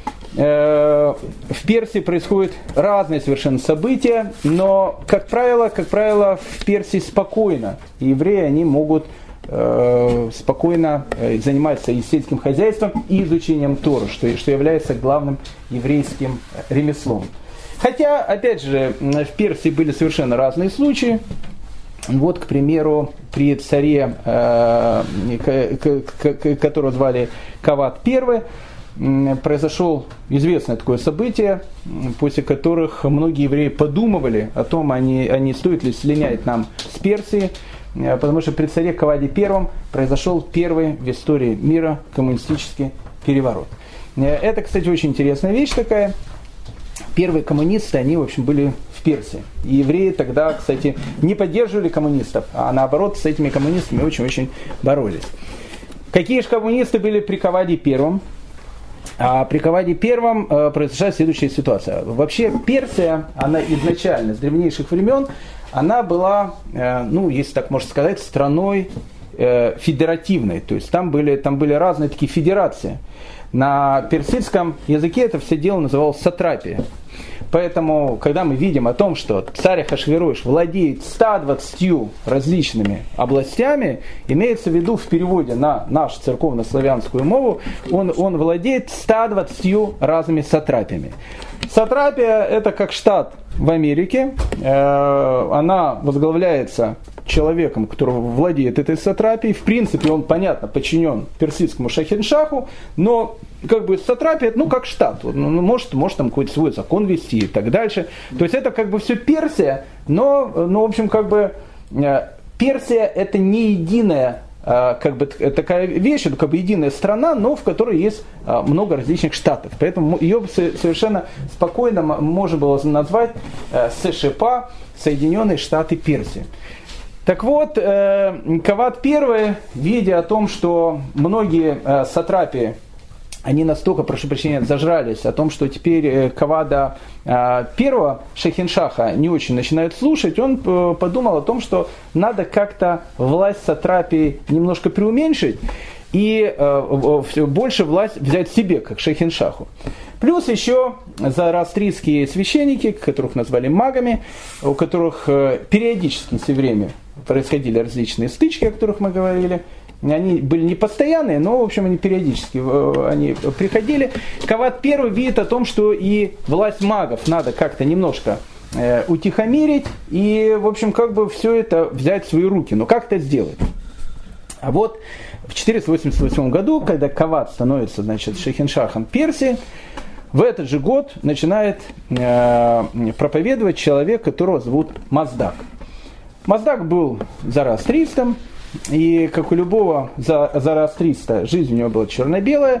В Персии происходят разные совершенно события, но, как правило, как правило, в Персии спокойно. И евреи, они могут э, спокойно заниматься и сельским хозяйством, и изучением Торы, что, что является главным еврейским ремеслом. Хотя, опять же, в Персии были совершенно разные случаи. Вот, к примеру, при царе, э, которого звали Кавад I, произошло известное такое событие, после которых многие евреи подумывали о том, а не, а не стоит ли слинять нам с Персии, потому что при царе Каваде I произошел первый в истории мира коммунистический переворот. Это, кстати, очень интересная вещь такая. Первые коммунисты, они, в общем, были в Персии. И евреи тогда, кстати, не поддерживали коммунистов, а наоборот, с этими коммунистами очень-очень боролись. Какие же коммунисты были при Каваде I? А при Каваде первом э, произошла следующая ситуация. Вообще Персия, она изначально, с древнейших времен, она была, э, ну, если так можно сказать, страной э, федеративной. То есть там были, там были разные такие федерации. На персидском языке это все дело называлось сатрапия. Поэтому, когда мы видим о том, что царь Ахашверош владеет ста двадцатью различными областями, имеется в виду в переводе на нашу церковно-славянскую мову, он, он владеет ста двадцатью разными сатрапиями. Сатрапия это как штат в Америке, она возглавляется человеком, который владеет этой сатрапией. В принципе, он, понятно, подчинен персидскому шахиншаху, но как бы сатрапия, ну, как штат. Ну, может, может там какой-то свой закон вести и так дальше. То есть это как бы все Персия, но, ну, в общем, как бы Персия это не единая как бы такая вещь, это как бы единая страна, но в которой есть много различных штатов. Поэтому ее совершенно спокойно можно было назвать США, Соединенные Штаты Персии. Так вот, Кавад I, видя о том, что многие сатрапии, они настолько, прошу прощения, зажрались о том, что теперь Кавада первого Шахиншаха не очень начинают слушать, он подумал о том, что надо как-то власть сатрапии немножко преуменьшить и больше власть взять себе, как Шахиншаху. Плюс еще зороастрийские священники, которых назвали магами, у которых периодически все время происходили различные стычки, о которых мы говорили. Они были не постоянные, но, в общем, они периодически они приходили. Кавад I видит о том, что и власть магов надо как-то немножко э, утихомирить и, в общем, как бы все это взять в свои руки. Но как это сделать? А вот в четыреста восемьдесят восьмом году, когда Кавад становится, значит, шахиншахом Персии, в этот же год начинает э, проповедовать человек, которого зовут Маздак. Маздак был зороастристом, и как у любого зороастриста, жизнь у него была черно-белая.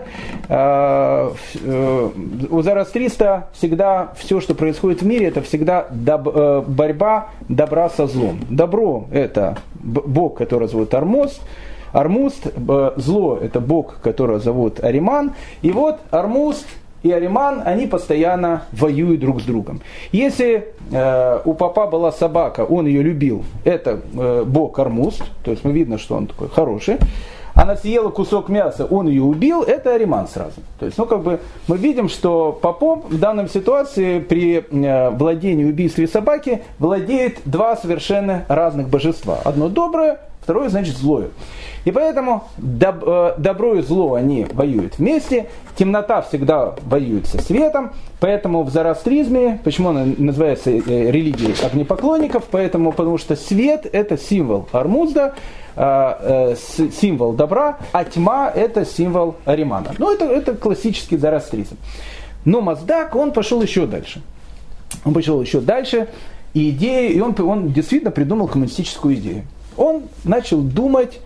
У зороастриста всегда все, что происходит в мире, это всегда доб- борьба добра со злом. Добро – это бог, который зовут Ормоз. Ормуст, зло – это бог, которого зовут Ариман. И вот Ормуст и Ариман, они постоянно воюют друг с другом. Если э, у папа была собака, он ее любил, это э, бог Ормуз, то есть мы видно, что он такой хороший. Она съела кусок мяса, он ее убил, это Ариман сразу. То есть, ну, как бы мы видим, что попом в данной ситуации при э, владении и убийстве собаки владеет два совершенно разных божества. Одно доброе, второе, значит, злое. И поэтому доб, э, добро и зло, они воюют вместе, темнота всегда воюет со светом, поэтому в зороастризме, почему она называется э, религией огнепоклонников, поэтому, потому что свет это символ Ормузда, э, э, символ добра, а тьма это символ Аримана. Ну, это, это классический зороастризм. Но Маздак, он пошел еще дальше. Он пошел еще дальше, и идея, и он, он действительно придумал коммунистическую идею. Он начал думать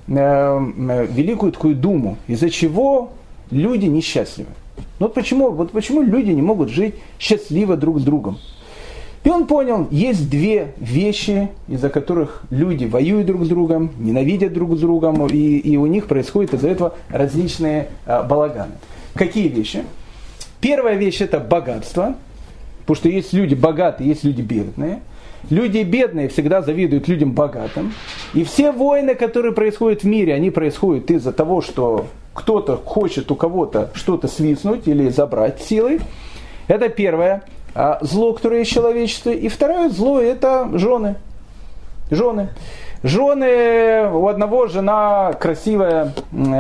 великую такую думу, из-за чего люди несчастливы. Ну, вот почему, вот почему люди не могут жить счастливо друг с другом. И он понял, есть две вещи, из-за которых люди воюют друг с другом, ненавидят друг с другом, и, и у них происходит из-за этого различные а, балаганы. Какие вещи? Первая вещь это богатство, потому что есть люди богатые, есть люди бедные. Люди бедные всегда завидуют людям богатым. И все войны, которые происходят в мире, они происходят из-за того, что кто-то хочет у кого-то что-то свистнуть или забрать силой. Это первое зло, которое есть в человечестве. И второе зло это жены. Жены. Жены, у одного жена красивая,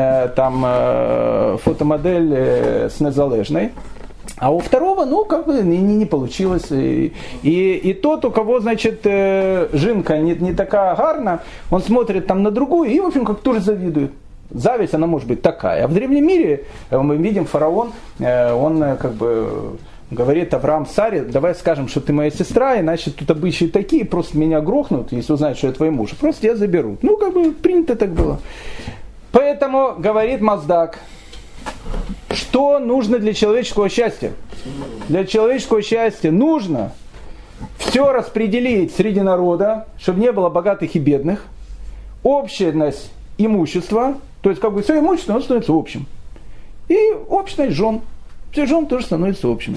там, фотомодель с незалежной. А у второго, ну, как бы не, не получилось. И, и, и тот, у кого, значит, э, жинка не, не такая гарна, он смотрит там на другую и, в общем, как тоже завидует. Зависть, она может быть такая. А в древнем мире э, мы видим фараон, э, он э, как бы говорит Авраам Саре, давай скажем, что ты моя сестра, иначе тут обычаи такие, просто меня грохнут, если узнают, что я твой муж. Просто тебя заберут. Ну, как бы принято так было. Поэтому, говорит Маздак, что нужно для человеческого счастья? Для человеческого счастья нужно все распределить среди народа, чтобы не было богатых и бедных, общность имущества, то есть как бы все имущество оно становится общим. И общность жен. Все жен тоже становятся общими.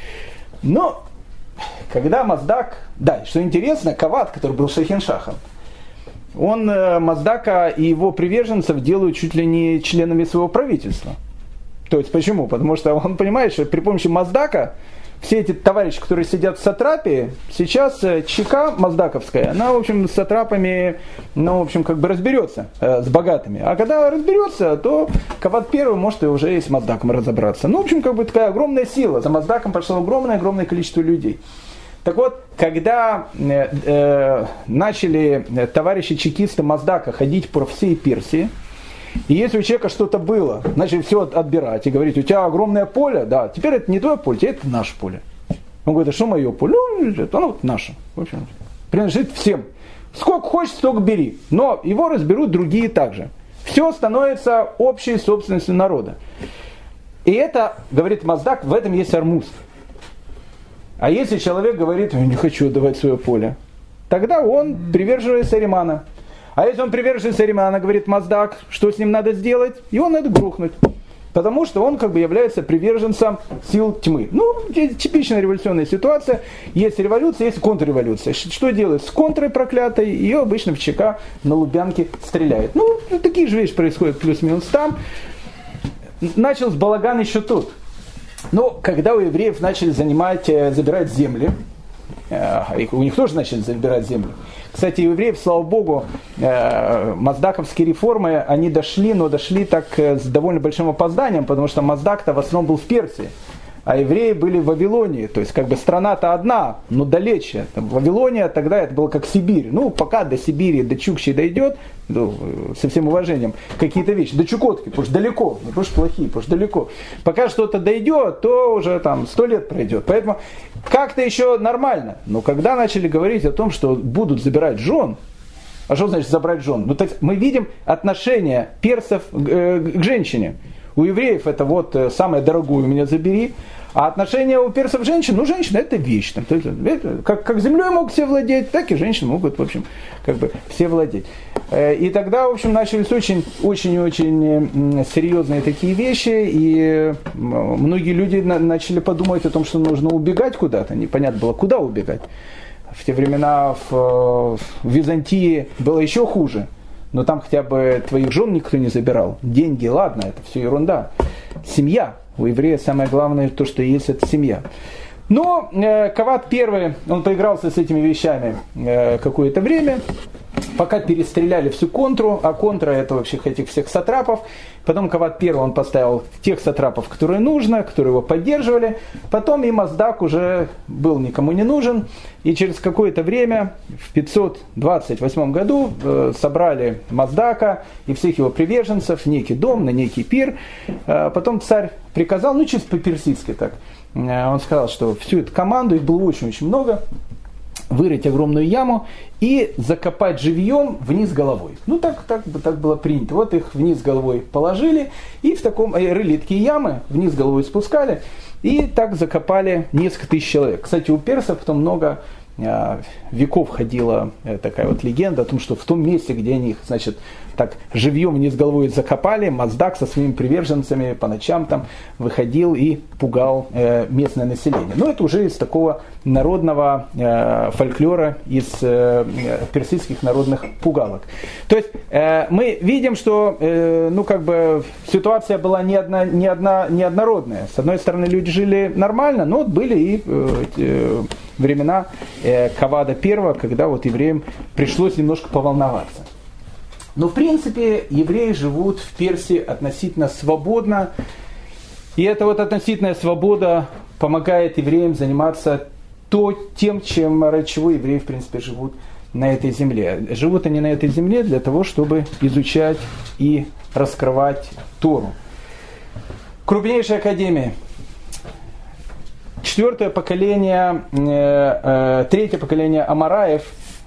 Но когда Маздак, да, что интересно, Кават, который был Шахиншахом, он Маздака и его приверженцев делают чуть ли не членами своего правительства. То есть почему? Потому что он понимает, что при помощи Маздака все эти товарищи, которые сидят в сатрапии, сейчас ЧК маздаковская, она, в общем, с сатрапами, ну, в общем, как бы разберется э, с богатыми. А когда разберется, то Кават первый может и уже и с Маздаком разобраться. Ну, в общем, как бы такая огромная сила. За Маздаком пошло огромное-огромное количество людей. Так вот, когда э, э, начали товарищи чекисты Маздака ходить по всей Персии, и если у человека что-то было, начали все отбирать и говорить, у тебя огромное поле, да, теперь это не твое поле, теперь это наше поле. Он говорит, а что мое поле? Ну, оно вот наше. В общем, принадлежит всем. Сколько хочешь, столько бери. Но его разберут другие также. Все становится общей собственностью народа. И это, говорит Маздак, в этом есть Ормуз. А если человек говорит, я не хочу отдавать свое поле, тогда он приверженец Аримана. А если он приверженец Аримана, говорит Маздак, что с ним надо сделать? Его надо грохнуть. Потому что он как бы является приверженцем сил тьмы. Ну, типичная революционная ситуация. Есть революция, есть контрреволюция. Что делают с контрой проклятой? Ее обычно в ЧК на Лубянке стреляют. Ну, такие же вещи происходят плюс-минус там. Начался балаган еще тут. Но когда у евреев начали занимать, забирать земли, у них тоже начали забирать земли. Кстати, у евреев, слава богу, маздаковские реформы, они дошли, но дошли так с довольно большим опозданием, потому что Маздак-то в основном был в Персии, а евреи были в Вавилонии. То есть, как бы страна-то одна, но далече. Вавилония тогда это было как Сибирь. Ну, пока до Сибири, до Чукчи дойдет, ну, со всем уважением, какие-то вещи, до Чукотки, потому что далеко, не потому что плохие, потому что далеко. Пока что-то дойдет, то уже там сто лет пройдет. Поэтому как-то еще нормально. Но когда начали говорить о том, что будут забирать жен, а что значит забрать жен? Ну, так мы видим отношение персов к, э, к женщине. У евреев это вот самое дорогое у меня забери. А отношение у персов к женщин, ну, женщина это вещь. Там, как, как землей могут все владеть, так и женщины могут, в общем, как бы все владеть. И тогда, в общем, начались очень-очень-очень серьезные такие вещи, и многие люди начали подумать о том, что нужно убегать куда-то. Непонятно было, куда убегать. В те времена в Византии было еще хуже, но там хотя бы твоих жен никто не забирал. Деньги, ладно, это все ерунда. Семья. У еврея самое главное, то, что есть, это семья. Но э, Кавад первый, он поигрался с этими вещами э, какое-то время, пока перестреляли всю контру, а контра это вообще этих всех сатрапов. Потом Кавад первый он поставил тех сатрапов, которые нужно, которые его поддерживали. Потом и Маздак уже был никому не нужен. И через какое-то время, в пятьсот двадцать восьмом году, э, собрали Маздака и всех его приверженцев в некий дом, на некий пир. Э, потом царь приказал, ну чисто по-персидски так, э, он сказал, что всю эту команду, их было очень-очень много, вырыть огромную яму и закопать живьем вниз головой. Ну, так, так, так было принято. Вот их вниз головой положили, и в таком, э, рыли такие ямы, вниз головой спускали, и так закопали несколько тысяч человек. Кстати, у персов потом много э, веков ходила э, такая вот легенда о том, что в том месте, где они их, значит, так живьем вниз головой закопали, Маздак со своими приверженцами по ночам там выходил и пугал э, местное население. Но это уже из такого народного э, фольклора, из э, персидских народных пугалок. То есть э, мы видим, что э, ну, как бы ситуация была не, одна, не, одна, не однородная. С одной стороны, люди жили нормально, но вот были и э, э, времена э, Кавада первого, когда вот евреям пришлось немножко поволноваться. Но в принципе евреи живут в Персии относительно свободно, и эта вот относительная свобода помогает евреям заниматься то, тем, чем, ради чего евреи в принципе живут на этой земле. Живут они на этой земле для того, чтобы изучать и раскрывать Тору. Крупнейшая академия. Четвертое поколение, э, э, третье поколение Амараев.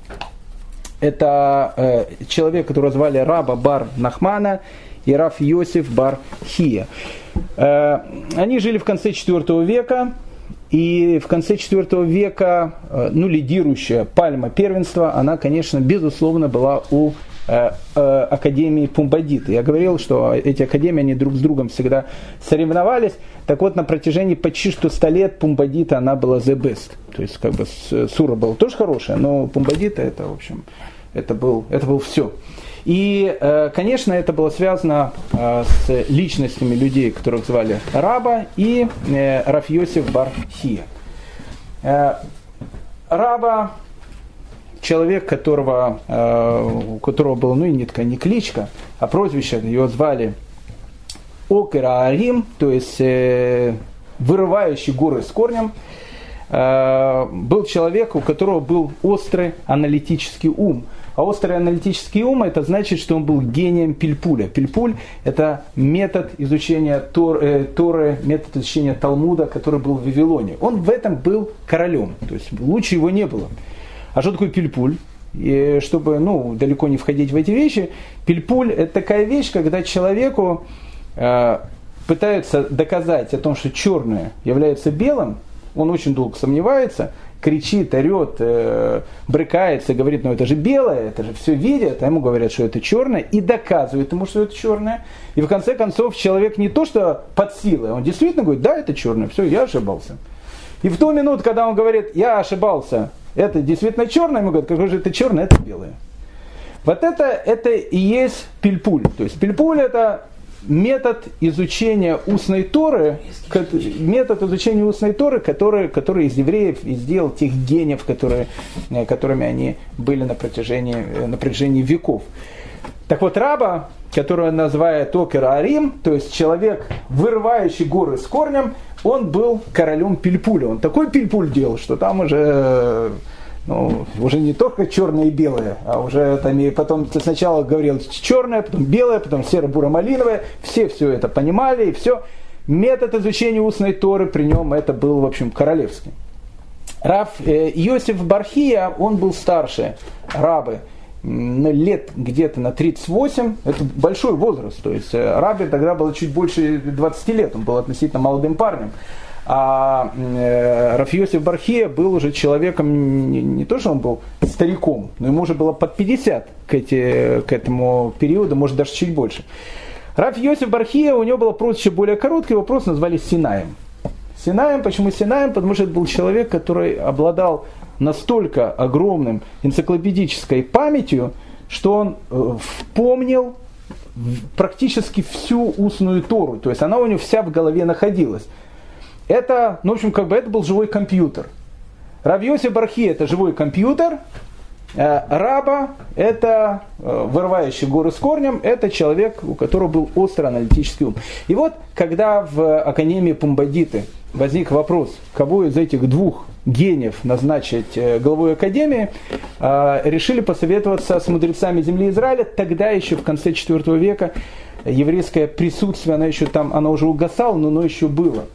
Это э, человек, которого звали Раба бар Нахмана и Рав Йосиф бар Хия. Э, они жили в конце четвёртого века, и в конце четвёртого века э, ну, лидирующая пальма первенства, она, конечно, безусловно, была у э, э, Академии Пумбадиты. Я говорил, что эти академии, они друг с другом всегда соревновались. Так вот, на протяжении почти что ста лет Пумбадита, она была the best. То есть, как бы, Сура была тоже хорошая, но Пумбадита, это, в общем... Это был, это был все. И, конечно, это было связано с личностями людей, которых звали Раба и Рав Йосиф бар Хия. Раба, человек, которого, у которого было, ну, и не, не кличка, а прозвище, его звали Окер Аарим, то есть вырывающий горы с корнем, был человек, у которого был острый аналитический ум. А острый аналитический ум, это значит, что он был гением пильпуля. Пильпуль – это метод изучения Тор, э, Торы, метод изучения Талмуда, который был в Вавилоне. Он в этом был королем, то есть лучше его не было. А что такое пильпуль? И чтобы, ну, далеко не входить в эти вещи, пильпуль – это такая вещь, когда человеку э, пытаются доказать о том, что черное является белым, он очень долго сомневается, кричит, орет, э, брыкается, говорит, ну это же белое, это же все видят, а ему говорят, что это черное, и доказывает ему, что это черное. И в конце концов человек не то, что под силой, он действительно говорит, да, это черное, все, я ошибался. И в ту минуту, когда он говорит, я ошибался, это действительно черное, ему говорят, какое же это черное, это белое. Вот это, это и есть пильпуль. То есть пильпуль это метод изучения устной Торы, метод изучения устной Торы, который, который из евреев сделал тех гениев, которые, которыми они были на протяжении, на протяжении веков. Так вот, Раба, которого называют Окер Аарим, то есть человек, вырывающий горы с корнем, он был королем пильпуля. Он такой пильпуль делал, что там уже... Ну, уже не только черное и белое, а уже там и потом сначала говорил черное, потом белое, потом серо-буро-малиновое. Все все это понимали, и все. Метод изучения устной Торы при нем это был, в общем, королевский. Рав э, Йосиф бар Хия, он был старше Рабы, ну, лет где-то на тридцать восемь, это большой возраст, то есть Рабе тогда было чуть больше двадцати лет, он был относительно молодым парнем. А э, Рав Йосеф Бархия был уже человеком, не, не то, что он был стариком, но ему уже было под пятьдесят к, эти, к этому периоду, может даже чуть больше. Рав Йосеф Бархия, у него было прозвище более короткое, его просто назвали Синаем. Синаем, почему Синаем? Потому что это был человек, который обладал настолько огромным энциклопедической памятью, что он э, помнил практически всю устную Тору, то есть она у него вся в голове находилась. Это, ну, в общем, как бы это был живой компьютер. Рав Йосеф Бархия это живой компьютер, э, Раба это э, вырывающий горы с корнем, это человек, у которого был острый аналитический ум. И вот, когда в Академии Пумбадиты возник вопрос, кого из этих двух гениев назначить э, главой Академии, э, решили посоветоваться с мудрецами земли Израиля. Тогда еще в конце четвёртого века еврейское присутствие, оно еще там, оно уже угасало, но оно еще было.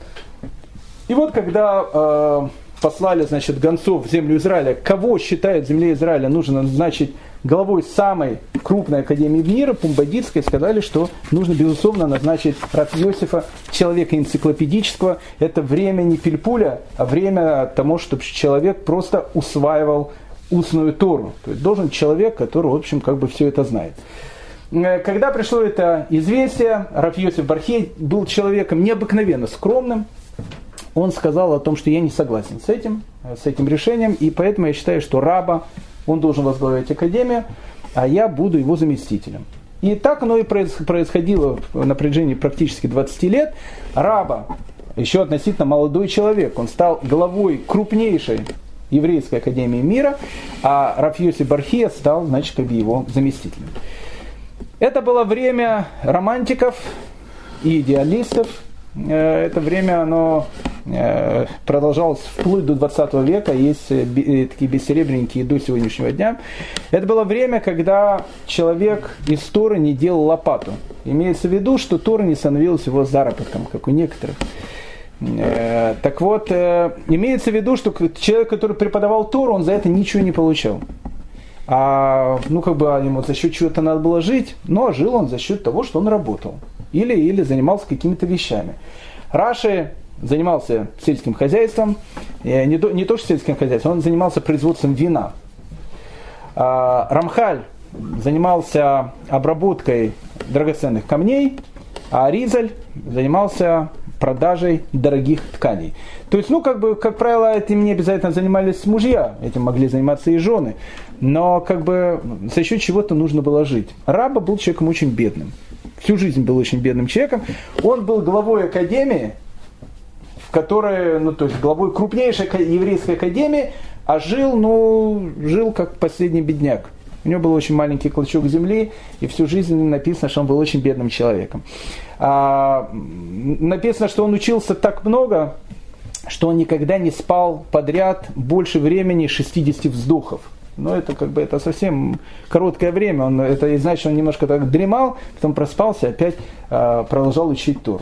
И вот когда э, послали, значит, гонцов в землю Израиля, кого считают в земле Израиля нужно назначить главой самой крупной академии мира, Пумбадитской, сказали, что нужно, безусловно, назначить Рав Йосефа, человека энциклопедического. Это время не пильпуля, а время тому, чтобы человек просто усваивал устную Тору. То есть должен человек, который, в общем, как бы все это знает. Когда пришло это известие, Рав Йосеф Бархия был человеком необыкновенно скромным. Он сказал о том, что я не согласен с этим, с этим решением, и поэтому я считаю, что Раба, он должен возглавить академию, а я буду его заместителем. И так оно и происходило на протяжении практически двадцати лет. Раба, еще относительно молодой человек, он стал главой крупнейшей еврейской академии мира, а Рав Йосеф Бархия стал, значит, как бы его заместителем. Это было время романтиков и идеалистов. Это время, оно продолжалось вплоть до двадцатого века, есть такие бессеребренники до сегодняшнего дня. Это было время, когда человек из Торы не делал лопату. Имеется в виду, что Тора не становилась его заработком, как у некоторых. Так вот, имеется в виду, что человек, который преподавал Тору, он за это ничего не получал. А, ну, как бы ему за счет чего-то надо было жить, но жил он за счет того, что он работал. Или, или занимался какими-то вещами. Раши занимался сельским хозяйством, не то, не то что сельским хозяйством, он занимался производством вина. А, Рамхаль занимался обработкой драгоценных камней, а Аризаль занимался продажей дорогих тканей. То есть, ну, как бы, как правило, этим не обязательно занимались мужья, этим могли заниматься и жены, но, как бы, за счет чего-то нужно было жить. Раба был человеком очень бедным. Всю жизнь был очень бедным человеком. Он был главой академии, в которой, ну, то есть, главой крупнейшей еврейской академии, а жил, ну, жил как последний бедняк. У него был очень маленький клочок земли, и всю жизнь написано, что он был очень бедным человеком. А, написано, что он учился так много, что он никогда не спал подряд больше времени шестидесяти вздохов. Но это как бы это совсем короткое время. Он, это и значит, что он немножко так дремал, потом проспался, опять а, продолжал учить Тору.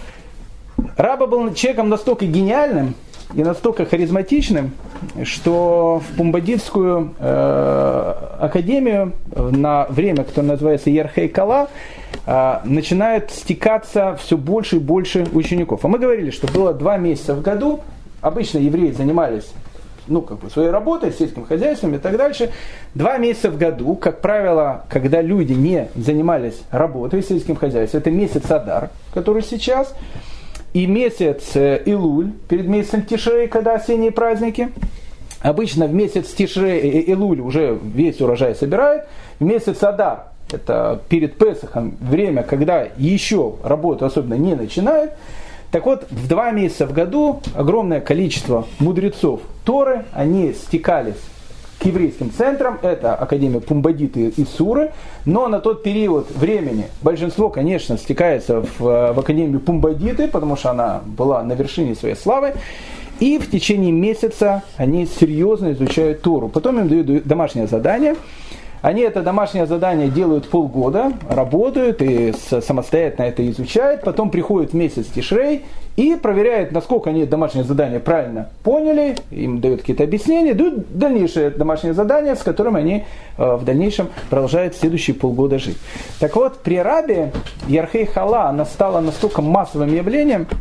Раба был человеком настолько гениальным и настолько харизматичным, что в Пумбадитскую э, академию на время, которое называется Ярхей Кала, э, начинают стекаться все больше и больше учеников. А мы говорили, что было два месяца в году, обычно евреи занимались, ну, как бы своей работой, сельским хозяйством и так дальше. Два месяца в году, как правило, когда люди не занимались работой, сельским хозяйством, это месяц Адар, который сейчас, и месяц Илуль, перед месяцем Тишрей, когда осенние праздники. Обычно в месяц Тишрей и Илуль уже весь урожай собирают. В месяц Адар, это перед Песахом, время, когда еще работу особенно не начинают. Так вот, в два месяца в году огромное количество мудрецов Торы, они стекались к еврейским центрам, это Академия Пумбадиты и Суры, но на тот период времени большинство, конечно, стекается в, в Академию Пумбадиты, потому что она была на вершине своей славы, и в течение месяца они серьезно изучают Тору. Потом им дают домашнее задание. Они это домашнее задание делают полгода, работают и самостоятельно это изучают, потом приходят в месяц Тишрей и проверяют, насколько они домашнее задание правильно поняли, им дают какие-то объяснения, дают дальнейшее домашнее задание, с которым они в дальнейшем продолжают следующие полгода жить. Так вот, при Рабе Ярхей Кала она стала настолько массовым явлением,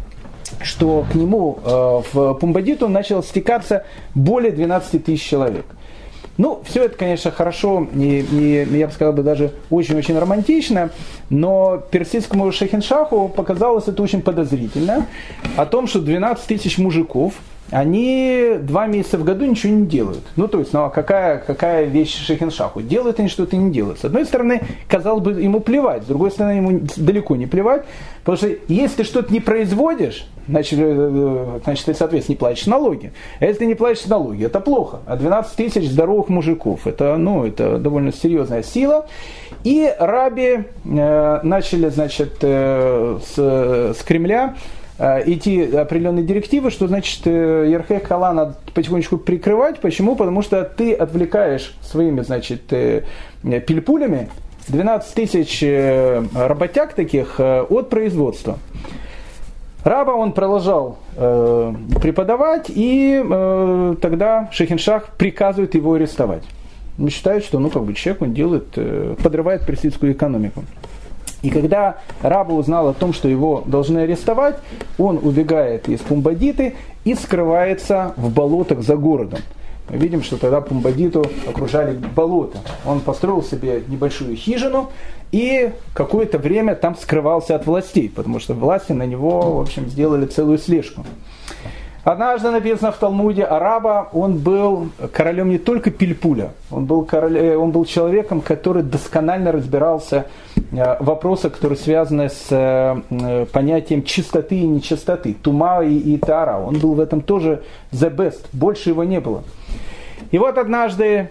что к нему э, в Пумбадиту начало стекаться более двенадцати тысяч человек. Ну, все это, конечно, хорошо, и, и я бы сказал, бы, даже очень-очень романтично, но персидскому шахиншаху показалось это очень подозрительно, о том, что двенадцать тысяч мужиков, они два месяца в году ничего не делают. Ну, то есть, ну, а какая, какая вещь шахиншаху? Делают они что-то, не делают. С одной стороны, казалось бы, ему плевать, с другой стороны, ему далеко не плевать, потому что если ты что-то не производишь, значит, значит, ты, соответственно, не платишь налоги. А если ты не платишь налоги, это плохо. А двенадцать тысяч здоровых мужиков, это, ну, это довольно серьезная сила. И раби э, начали, значит, э, с, с Кремля идти определенные директивы, что значит Ерхе Кала надо потихонечку прикрывать. Почему? Потому что ты отвлекаешь своими, значит, пильпулями двенадцать тысяч работяг таких от производства. Раба он продолжал э, преподавать, и э, тогда Шахиншах приказывает его арестовать. Он считает, что ну, как бы человек он делает, э, подрывает персидскую экономику. И когда Раба узнал о том, что его должны арестовать, он убегает из Пумбадиты и скрывается в болотах за городом. Мы видим, что тогда Пумбадиту окружали болота. Он построил себе небольшую хижину и какое-то время там скрывался от властей, потому что власти на него, в общем, сделали целую слежку. Однажды написано в Талмуде, Раба, он был королем не только Пильпуля, он был, король, он был человеком, который досконально разбирался в вопросах, которые связаны с понятием чистоты и нечистоты, тума и, и таара. Он был в этом тоже the best, больше его не было. И вот однажды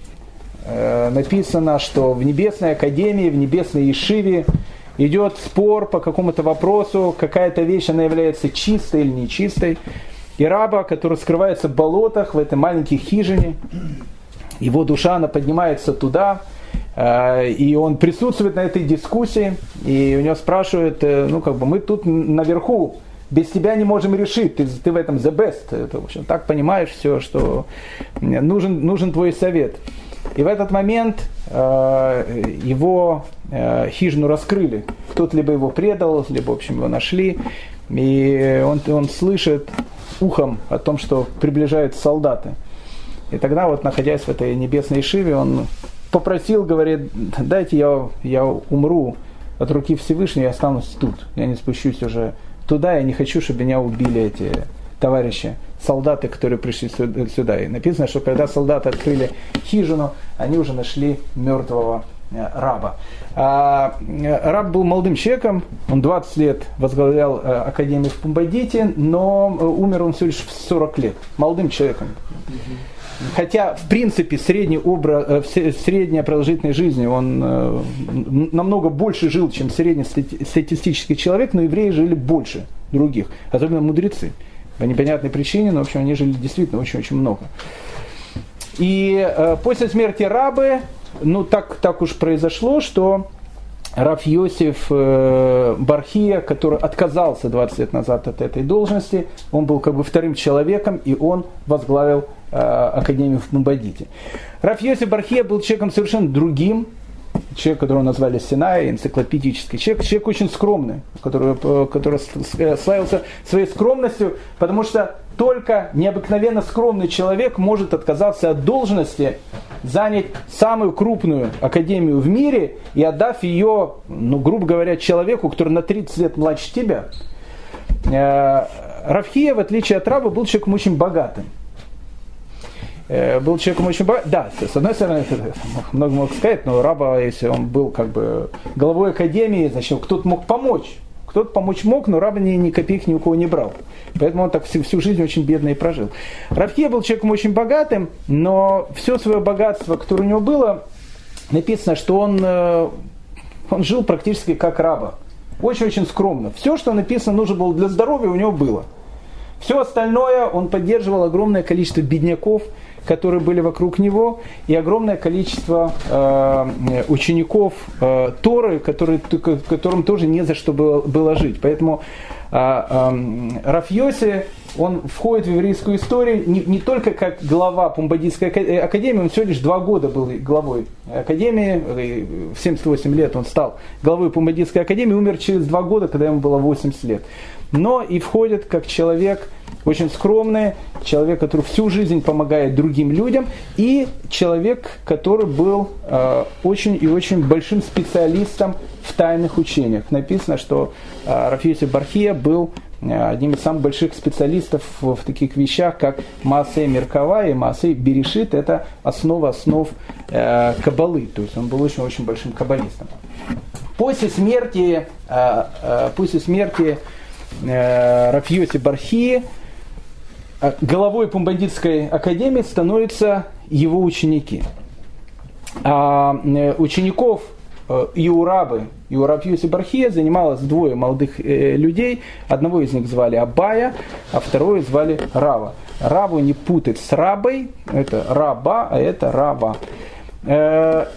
э, написано, что в Небесной Академии, в Небесной Ешиве идет спор по какому-то вопросу, какая-то вещь, она является чистой или нечистой. И Раба, который скрывается в болотах, в этой маленькой хижине, его душа, она поднимается туда, э, и он присутствует на этой дискуссии, и у него спрашивают, э, ну как бы мы тут наверху, без тебя не можем решить, ты, ты в этом the best, это, в общем, так понимаешь все, что нужен, нужен твой совет. И в этот момент э, его э, хижину раскрыли, кто-то либо его предал, либо, в общем, его нашли, и он, он слышит ухом о том, что приближаются солдаты. И тогда, вот находясь в этой небесной Ешиве, он попросил, говорит, дайте я, я умру от руки Всевышнего, я останусь тут, я не спущусь уже туда, я не хочу, чтобы меня убили эти товарищи, солдаты, которые пришли сюда. И написано, что когда солдаты открыли хижину, они уже нашли мертвого раба. А, раб был молодым человеком, он двадцать лет возглавлял академию в Пумбадите, но умер он всего лишь в сорок лет, молодым человеком. Хотя, в принципе, средний образ, средняя продолжительность жизни, он намного больше жил, чем среднестатистический человек, но евреи жили больше других, особенно мудрецы. По непонятной причине, но, в общем, они жили действительно очень-очень много. И после смерти Рабы, ну, так, так уж произошло, что Рав Йосиф э, Бархия, который отказался двадцать лет назад от этой должности, он был как бы вторым человеком, и он возглавил э, академию в Пумбадите. Рав Йосиф Бархия был человеком совершенно другим, человек, которого назвали Синай, энциклопедический человек, человек очень скромный, который, который славился своей скромностью, потому что только необыкновенно скромный человек может отказаться от должности, занять самую крупную академию в мире и отдав ее, ну, грубо говоря, человеку, который на тридцать лет младше тебя. Рав Хия, в отличие от Раба, был человеком очень богатым. Был человеком очень богатым. Да, с одной стороны, много мог сказать, но Раба, если он был как бы главой академии, значит, кто-то мог помочь. Кто-то помочь мог, но Раба ни, ни копеек ни у кого не брал. Поэтому он так всю, всю жизнь очень бедно и прожил. Рав Хия был человеком очень богатым, но все свое богатство, которое у него было, написано, что он, он жил практически как раба. Очень-очень скромно. Все, что написано, нужно было для здоровья, у него было. Все остальное он поддерживал огромное количество бедняков, которые были вокруг него, и огромное количество э, учеников э, Торы, которые, которым тоже не за что было, было жить. Поэтому э, э, Рав Йоси, он входит в еврейскую историю не, не только как глава Пумбадитской академии, он всего лишь два года был главой академии, в семьдесят восемь лет он стал главой Пумбадитской академии, умер через два года, когда ему было восемьдесят лет. Но и входит как человек очень скромный, человек, который всю жизнь помогает другим людям, и человек, который был э, очень и очень большим специалистом в тайных учениях. Написано, что э, Рав Йоси бар Хия был одним из самых больших специалистов в, в таких вещах, как Маасей Меркава и Маасей Берешит. Это основа основ э, Каббалы. То есть он был очень-очень большим каббалистом. После смерти, э, э, после смерти э, Рав Йоси бар Хии э, главой Пумбадитской академии становятся его ученики. А э, учеников и у Рабы, и у Рав Йоси бар Хия занималось двое молодых э, людей. Одного из них звали Абая, а второго звали Рава. Раву не путать с Рабой, это Раба, а это Рава. Э,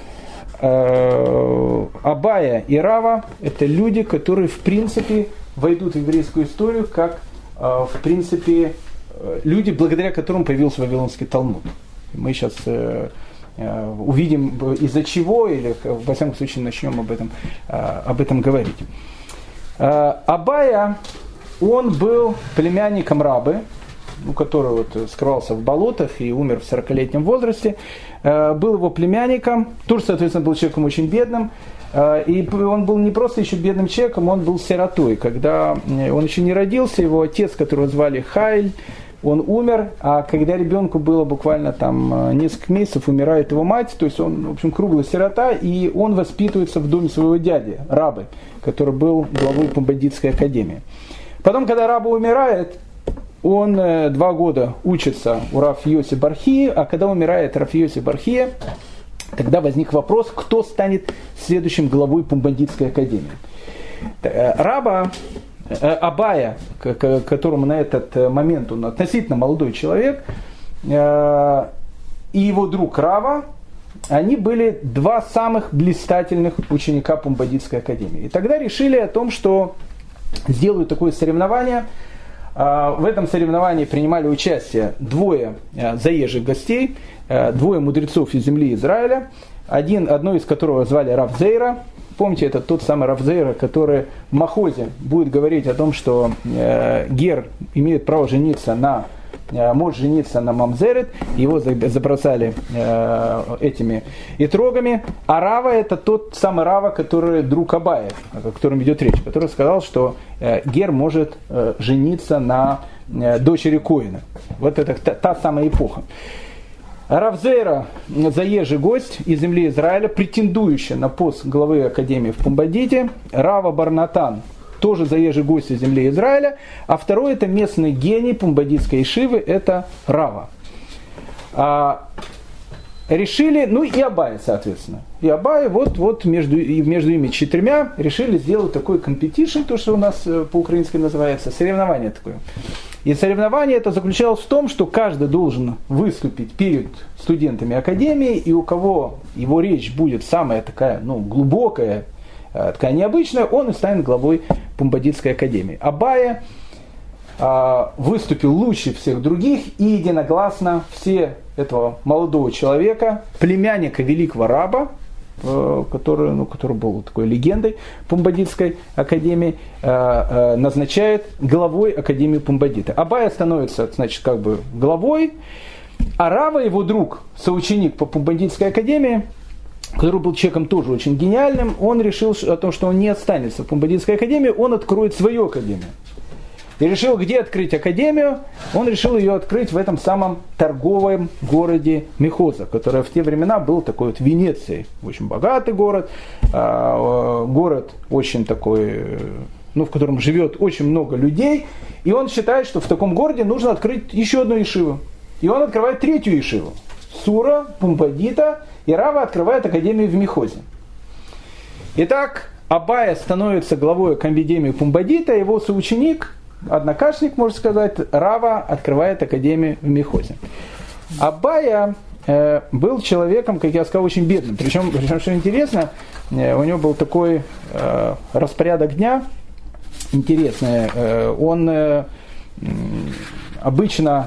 э, Абая и Рава – это люди, которые в принципе войдут в еврейскую историю как э, в принципе люди, благодаря которым появился Вавилонский Талмуд. Мы сейчас э, увидим, из-за чего, или, во всяком случае, начнем об этом, об этом говорить. Абая, он был племянником Рабы, который вот скрывался в болотах и умер в сорокалетнем возрасте. Был его племянником, тоже, соответственно, был человеком очень бедным. И он был не просто еще бедным человеком, он был сиротой. Когда он еще не родился, его отец, которого звали Хайль, он умер, а когда ребенку было буквально там несколько месяцев, умирает его мать, то есть он, в общем, круглый сирота, и он воспитывается в доме своего дяди, Рабы, который был главой Пумбадитской академии. Потом, когда Раба умирает, он два года учится у Рав Йоси бар Хии, а когда умирает Рав Йоси бар Хия, тогда возник вопрос, кто станет следующим главой Пумбадитской академии. Раба Абая, к которому на этот момент он относительно молодой человек, и его друг Рава, они были два самых блистательных ученика Пумбадитской академии. И тогда решили о том, что сделают такое соревнование. В этом соревновании принимали участие двое заезжих гостей, двое мудрецов из земли Израиля, один, одно из которого звали Рав Зейра. Помните, это тот самый Рав Зейра, который в Махозе будет говорить о том, что э, Гер имеет право жениться на, э, может жениться на Мамзерет. Его забросали э, этими итрогами. А Рава – это тот самый Рава, который друг Абая, о котором идет речь, который сказал, что э, Гер может э, жениться на э, дочери Коэна. Вот это та, та самая эпоха. Рав Зейра, заезжий гость из земли Израиля, претендующий на пост главы академии в Пумбадите. Рава бар Натан, тоже заезжий гость из земли Израиля. А второй – это местный гений Пумбадитской ишивы, это Рава. А, решили, ну и Абай, соответственно. И Абай вот, вот между, между ими четырьмя решили сделать такой компетишн, то, что у нас по-украински называется, соревнование такое. И соревнование это заключалось в том, что каждый должен выступить перед студентами академии, и у кого его речь будет самая такая, ну, глубокая, такая необычная, он и станет главой Пумбадитской академии. Абая а, выступил лучше всех других, и единогласно все этого молодого человека, племянника великого раба, который, ну, который был такой легендой Пумбадитской академии, назначает главой академии Пумбадита. Абая становится, значит, как бы главой, а Рава, его друг, соученик по Пумбадитской академии, который был человеком тоже очень гениальным, он решил о том, что он не останется в Пумбадитской академии, он откроет свою академию. И решил, где открыть академию? Он решил ее открыть в этом самом торговом городе Мехоза, который в те времена был такой вот Венецией. Очень богатый город, город очень такой, ну, в котором живет очень много людей. И он считает, что в таком городе нужно открыть еще одну ишиву. И он открывает третью ишиву. Сура, Пумбадита, и Рава открывает академию в Мехозе. Итак, Абая становится главой академии Пумбадита, его соученик, однокашник, можно сказать, Рава открывает академию в Мехозе. Абая э, был человеком, как я сказал, очень бедным. Причем, причем что интересно, э, у него был такой э, распорядок дня интересный. Э, он э, обычно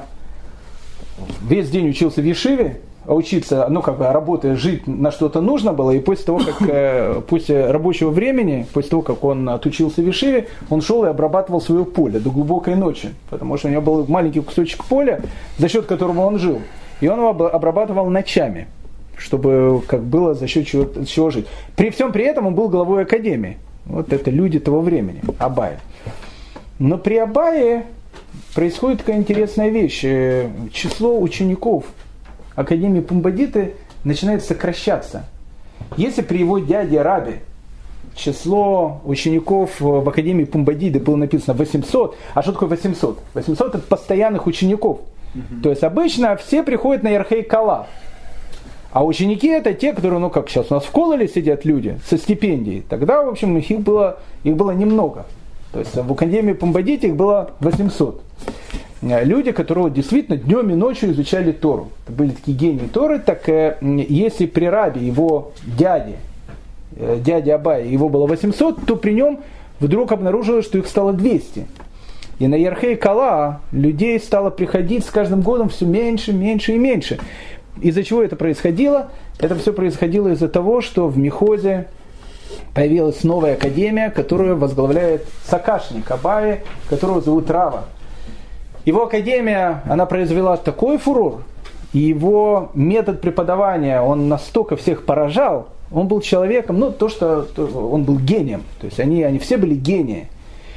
весь день учился в ешиве, а учиться, ну как бы работая, жить на что-то нужно было, и после того, как э, после рабочего времени, после того, как он отучился в ешиве, он шел и обрабатывал свое поле до глубокой ночи, потому что у него был маленький кусочек поля, за счет которого он жил, и он его обрабатывал ночами, чтобы как было за счет чего, чего жить. При всем при этом он был главой академии. Вот это люди того времени, Абая. Но при Абае происходит такая интересная вещь. Число учеников Академии Пумбадиты начинает сокращаться. Если при его дяде Рабе число учеников в Академии Пумбадиты было написано восемьсот, а что такое восемьсот? восемьсот это постоянных учеников. Mm-hmm. То есть обычно все приходят на Ярхей Кала. А ученики это те, которые, ну как сейчас у нас в Кололе сидят люди со стипендией. Тогда, в общем, их было, их было немного. То есть в Академии Пумбадиты их было восемьсот. Люди, которые действительно днем и ночью изучали Тору. Это были такие гении Торы. Так э, если при Рабе его дяде, э, дяде Абая, его было восемьсот, то при нем вдруг обнаружилось, что их стало двести. И на Ярхей Кала людей стало приходить с каждым годом все меньше, меньше и меньше. Из-за чего это происходило? Это все происходило из-за того, что в Михозе появилась новая академия, которую возглавляет сакашник Абая, которого зовут Рава. Его академия, она произвела такой фурор, и его метод преподавания, он настолько всех поражал, он был человеком, ну, то, что то, он был гением, то есть они, они все были гении.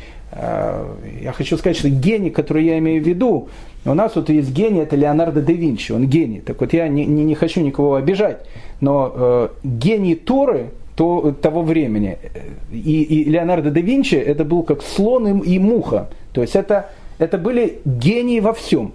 Я хочу сказать, что гений, который я имею в виду, у нас вот есть гений, это Леонардо да Винчи, он гений. Так вот я не, не, не хочу никого обижать, но э, гений Торы то, того времени и, и Леонардо да Винчи, это был как слон и, и муха, то есть это Это были гении во всем.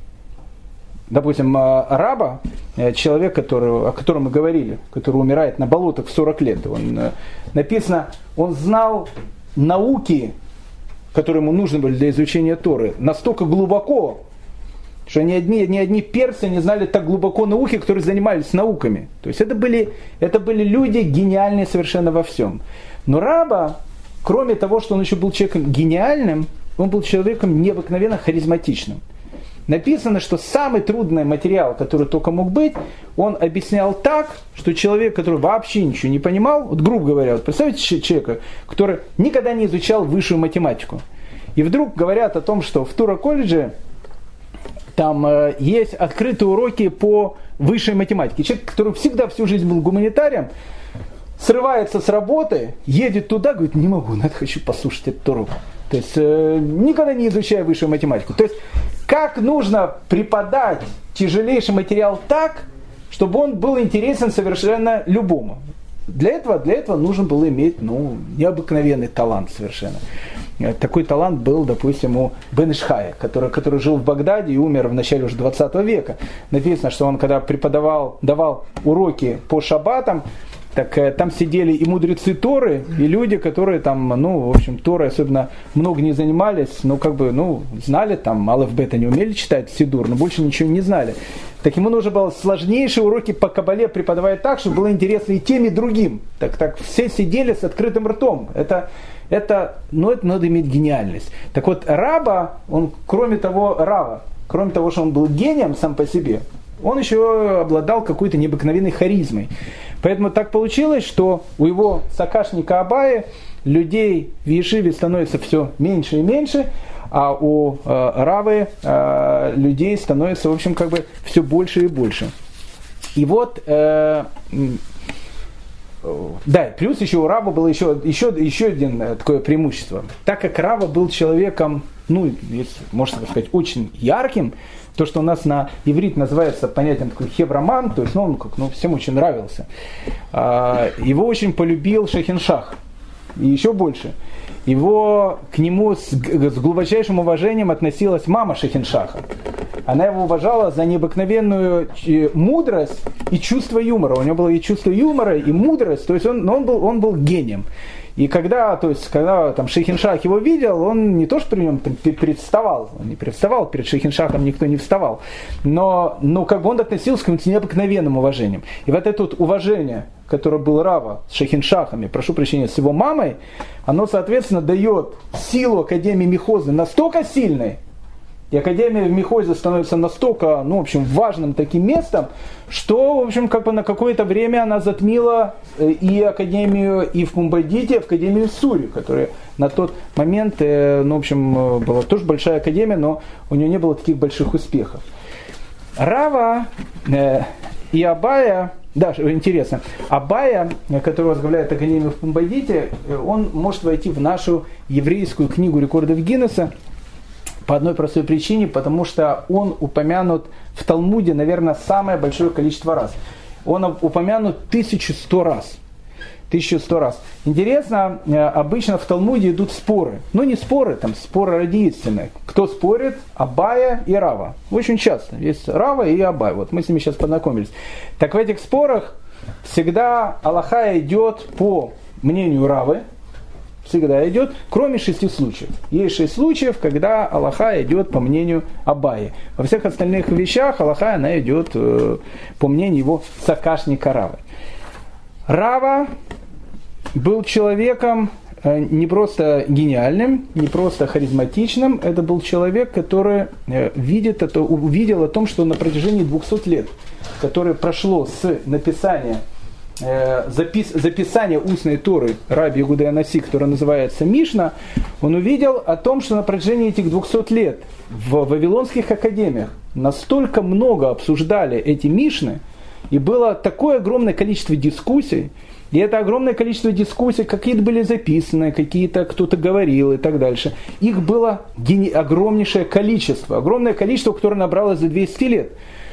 Допустим, Раба, человек, который, о котором мы говорили, который умирает на болотах в сорок лет, он, написано, он знал науки, которые ему нужны были для изучения Торы, настолько глубоко, что ни одни, ни одни персы не знали так глубоко науки, которые занимались науками. То есть это были, это были люди гениальные совершенно во всем. Но Раба, кроме того, что он еще был человеком гениальным, он был человеком необыкновенно харизматичным. Написано, что самый трудный материал, который только мог быть, он объяснял так, что человек, который вообще ничего не понимал, вот грубо говоря, вот представьте человека, который никогда не изучал высшую математику. И вдруг говорят о том, что в Тура-колледже там э, есть открытые уроки по высшей математике. Человек, который всегда всю жизнь был гуманитарием, срывается с работы, едет туда, говорит, не могу, надо хочу послушать этот урок. То есть э, никогда не изучая высшую математику. То есть как нужно преподать тяжелейший материал так, чтобы он был интересен совершенно любому. Для этого, для этого нужно было иметь ну, необыкновенный талант совершенно. Такой талант был, допустим, у Бен Ишхая, который, который жил в Багдаде и умер в начале уже двадцатого века. Написано, что он когда преподавал, давал уроки по шаббатам, так там сидели и мудрецы Торы, и люди, которые там, ну, в общем, Торой особенно много не занимались, ну, как бы, ну, знали там, алеф бет они умели читать, сидур, но больше ничего не знали. Так ему нужно было сложнейшие уроки по кабале преподавать так, чтобы было интересно и тем, и другим. Так, так все сидели с открытым ртом. Это, это, ну, это надо иметь гениальность. Так вот, Раба, он, кроме того, Рава, кроме того, что он был гением сам по себе, он еще обладал какой-то необыкновенной харизмой. Поэтому так получилось, что у его сакашника Абая людей в Ешиве становится все меньше и меньше, а у э, Равы э, людей становится, в общем, как бы все больше и больше. И вот, э, да, плюс еще у Рава было еще, еще, еще один такое преимущество. Так как Рава был человеком, ну, если, можно сказать, очень ярким, то, что у нас на иврите называется понятием такой хевроман, то есть ну, он как, ну, всем очень нравился. А, его очень полюбил Шахиншах, и еще больше. Его, к нему с, с глубочайшим уважением относилась мама Шахиншаха. она его уважала за необыкновенную мудрость и чувство юмора. У него было и чувство юмора, и мудрость, то есть он, он, был, он был гением. И когда, то есть, когда там Шейхиншах его видел, он не то что при нем представал, он не представал, перед Шейхиншахом никто не вставал, но, но как бы он относился к нему с необыкновенным уважением. И вот это вот уважение, которое было Рава с Шейхиншахами, прошу прощения, с его мамой, оно, соответственно, дает силу Академии Михозы настолько сильной, и Академия в Михозе становится настолько, ну, в общем, важным таким местом, что, в общем, как бы на какое-то время она затмила и Академию и в Пумбадите, и Академию в Суре, которая на тот момент, ну, в общем, была тоже большая академия, но у нее не было таких больших успехов. Рава э, и Абая, да, интересно, Абая, который возглавляет Академию в Пумбадите, он может войти в нашу еврейскую книгу рекордов Гиннесса, по одной простой причине, потому что он упомянут в Талмуде, наверное, самое большое количество раз. Он упомянут тысячу сто раз. тысячу сто раз. Интересно, обычно в Талмуде идут споры. Ну, не споры, там споры родительные. Кто спорит? Абая и Рава. Очень часто. Есть Рава и Абай. Вот мы с ними сейчас познакомились. Так в этих спорах всегда алаха идет по мнению Равы. Всегда идет, кроме шести случаев. Есть шесть случаев, когда алаха идет по мнению Абаи. Во всех остальных вещах алаха она идет э, по мнению его сокашника Равы. Рава был человеком э, не просто гениальным, не просто харизматичным. Это был человек, который э, видит это, увидел о том, что на протяжении двухсот лет, которое прошло с написания Запис, записание устной Торы Раби Иуда Анаси, которая называется Мишна, он увидел о том, что на протяжении этих двухсот лет в вавилонских академиях настолько много обсуждали эти Мишны, и было такое огромное количество дискуссий, и это огромное количество дискуссий, какие-то были записаны, какие-то кто-то говорил и так дальше. Их было огромнейшее количество, огромное количество, которое набралось за двести лет.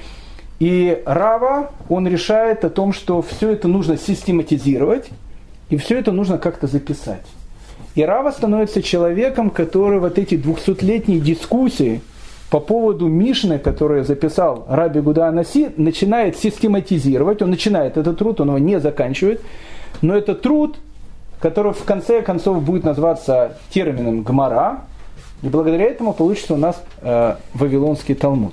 И Рава, он решает о том, что все это нужно систематизировать, и все это нужно как-то записать. И Рава становится человеком, который вот эти двухсотлетние дискуссии по поводу Мишны, которые записал Раби Иуда Анаси, начинает систематизировать. Он начинает этот труд, он его не заканчивает, но это труд, который в конце концов будет называться термином Гмара, и благодаря этому получится у нас э, Вавилонский Талмуд.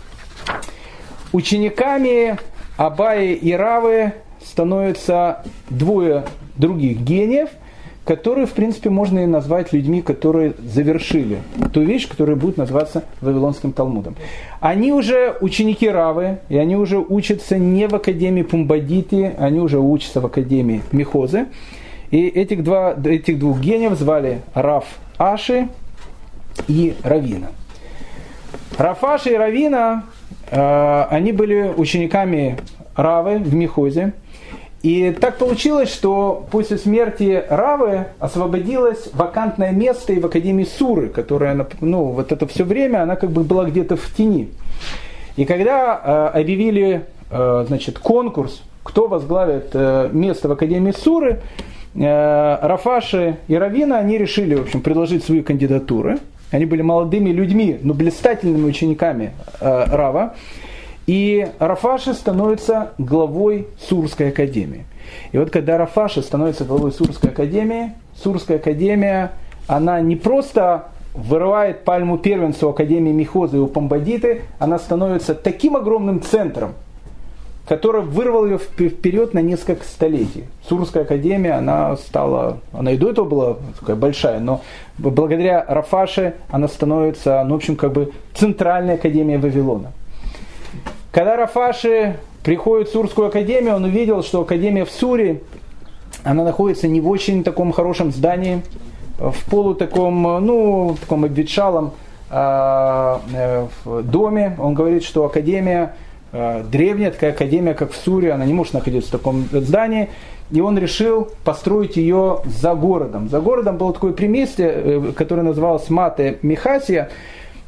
Учениками Абаи и Равы становятся двое других гениев, которые, в принципе, можно и назвать людьми, которые завершили ту вещь, которая будет называться Вавилонским Талмудом. Они уже ученики Равы, и они уже учатся не в Академии Пумбадити, они уже учатся в Академии Михозы. И этих, два, этих двух гениев звали Рав Аши и Равина. Рав Аши и Равина, они были учениками Равы в Михозе. И так получилось, что после смерти Равы освободилось вакантное место и в Академии Суры, которая, ну, вот это все время, она как бы была где-то в тени. И когда э, объявили э, значит, конкурс, кто возглавит э, место в Академии Суры, э, Рав Аши и Равина, они решили, в общем, предложить свои кандидатуры. Они были молодыми людьми, но блистательными учениками э, Рава. И Рав Аши становится главой Сурской академии. И вот когда Рав Аши становится главой Сурской академии, Сурская академия, она не просто вырывает пальму первенства у Академии Михозы и у Пумбадиты, она становится таким огромным центром, который вырвал ее вперед на несколько столетий. Сурская академия, она стала, она и до этого была такая большая, но благодаря Рав Аши она становится, ну, в общем, как бы центральной академией Вавилона. Когда Рав Аши приходит в Сурскую академию, он увидел, что академия в Суре, она находится не в очень таком хорошем здании, в полу таком, ну, таком обветшалом э, э, доме. Он говорит, что академия э, древняя, такая академия, как в Суре, она не может находиться в таком здании. И он решил построить ее за городом. За городом было такое предместье, э, которое называлось Мате Михасия.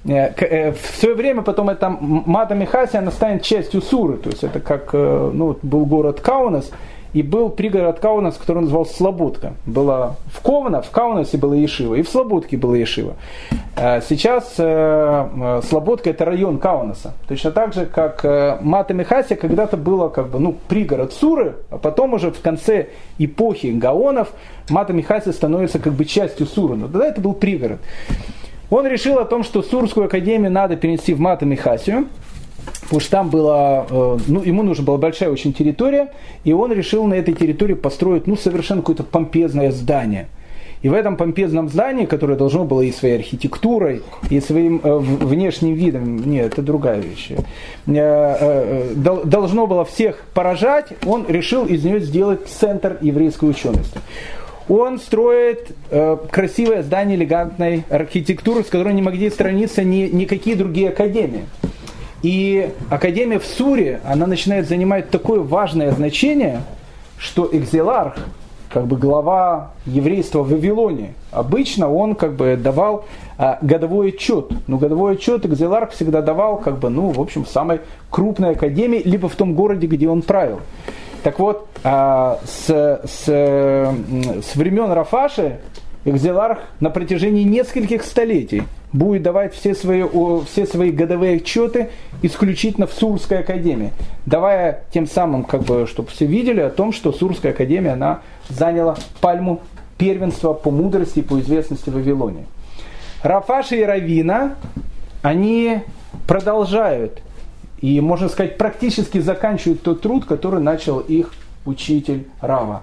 в свое время потом эта Мата Михася, она станет частью Суры, то есть это как, ну, был город Каунас, и был пригород Каунас, который назывался Слободка. Была в Ковна, в Каунасе была Ешива, и в Слободке была Ешива. Сейчас Слободка — это район Каунаса. Точно так же, как Мата Михася когда-то было как бы, ну, пригород Суры, а потом уже в конце эпохи Гаонов Мата Михася становится как бы частью Суры. Но тогда это был пригород. Он решил о том, что Сурскую академию надо перенести в Мата Михасию, потому что там была, ну, ему нужна была большая очень территория, и он решил на этой территории построить, ну, совершенно какое-то помпезное здание. И в этом помпезном здании, которое должно было и своей архитектурой, и своим э, внешним видом, нет, это другая вещь, э, э, должно было всех поражать, он решил из нее сделать центр еврейской учености. Он строит э, красивое здание элегантной архитектуры, с которой не могли сторониться ни, никакие другие академии. И академия в Суре, она начинает занимать такое важное значение, что экзиларх, как бы глава еврейства в Вавилоне, обычно он как бы давал а, годовой отчет. Но годовой отчет экзиларх всегда давал, как бы, ну, в общем, в самой крупной академии, либо в том городе, где он правил. Так вот, а, с, с, с времен Рафаши экзиларх на протяжении нескольких столетий будет давать все свои, все свои годовые отчеты исключительно в Сурской академии, давая тем самым, как бы, чтобы все видели о том, что Сурская академия, она заняла пальму первенства по мудрости и по известности в Вавилоне. Рафаши и Равина, они продолжают и, можно сказать, практически заканчивают тот труд, который начал их учитель Рава.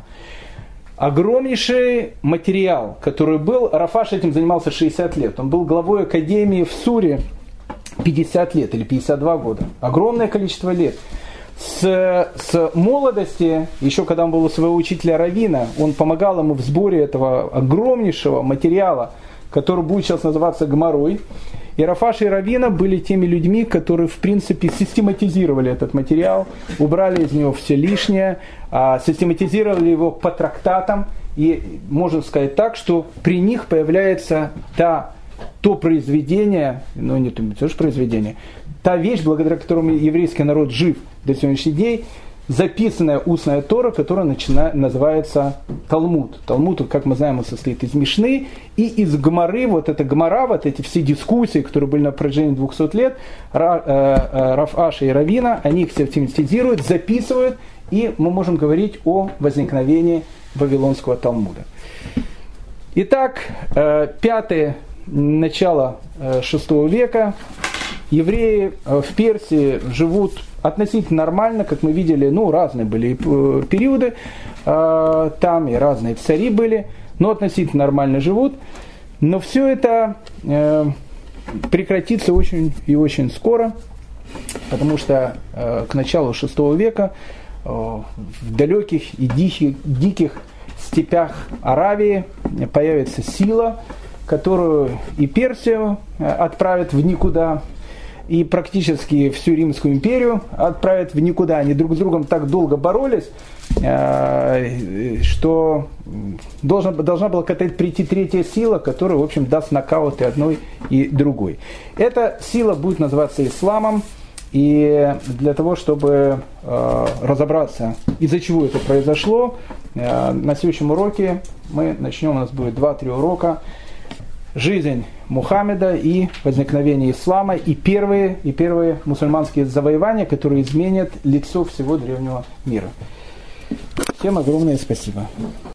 Огромнейший материал, который был, Рафаш этим занимался шестьдесят лет. Он был главой академии в Суре пятьдесят лет или пятьдесят два года. Огромное количество лет. С, с молодости, еще когда он был у своего учителя Равина, он помогал ему в сборе этого огромнейшего материала, который будет сейчас называться Гмарой. И Рафаш и Равина были теми людьми, которые, в принципе, систематизировали этот материал, убрали из него все лишнее, систематизировали его по трактатам. И можно сказать так, что при них появляется та, то произведение, ну не то, не то же произведение, та вещь, благодаря которой еврейский народ жив до сегодняшних дней, записанная устная Тора, которая начинает, называется Талмуд. Талмуд, как мы знаем, он состоит из Мишны и из Гмары. Вот эта Гмара, вот эти все дискуссии, которые были на протяжении двухсот лет, Рав Аши и Равина, они их систематизируют, записывают, и мы можем говорить о возникновении Вавилонского Талмуда. Итак, пятое, начало шестого века. Евреи в Персии живут относительно нормально, как мы видели, ну, разные были периоды э, там, и разные цари были, но относительно нормально живут. Но все это э, прекратится очень и очень скоро, потому что э, к началу шестого века э, в далеких и диких, диких степях Аравии появится сила, которую и Персию отправят в никуда, и практически всю Римскую империю отправят в никуда. Они друг с другом так долго боролись, что должна, должна была какая-то прийти третья сила, которая, в общем, даст нокаут и одной, и другой. Эта сила будет называться исламом. И для того, чтобы разобраться, из-за чего это произошло, на следующем уроке мы начнем, у нас будет два-три урока. Жизнь Мухаммеда и возникновение ислама, и первые, и первые мусульманские завоевания, которые изменят лицо всего древнего мира. Всем огромное спасибо.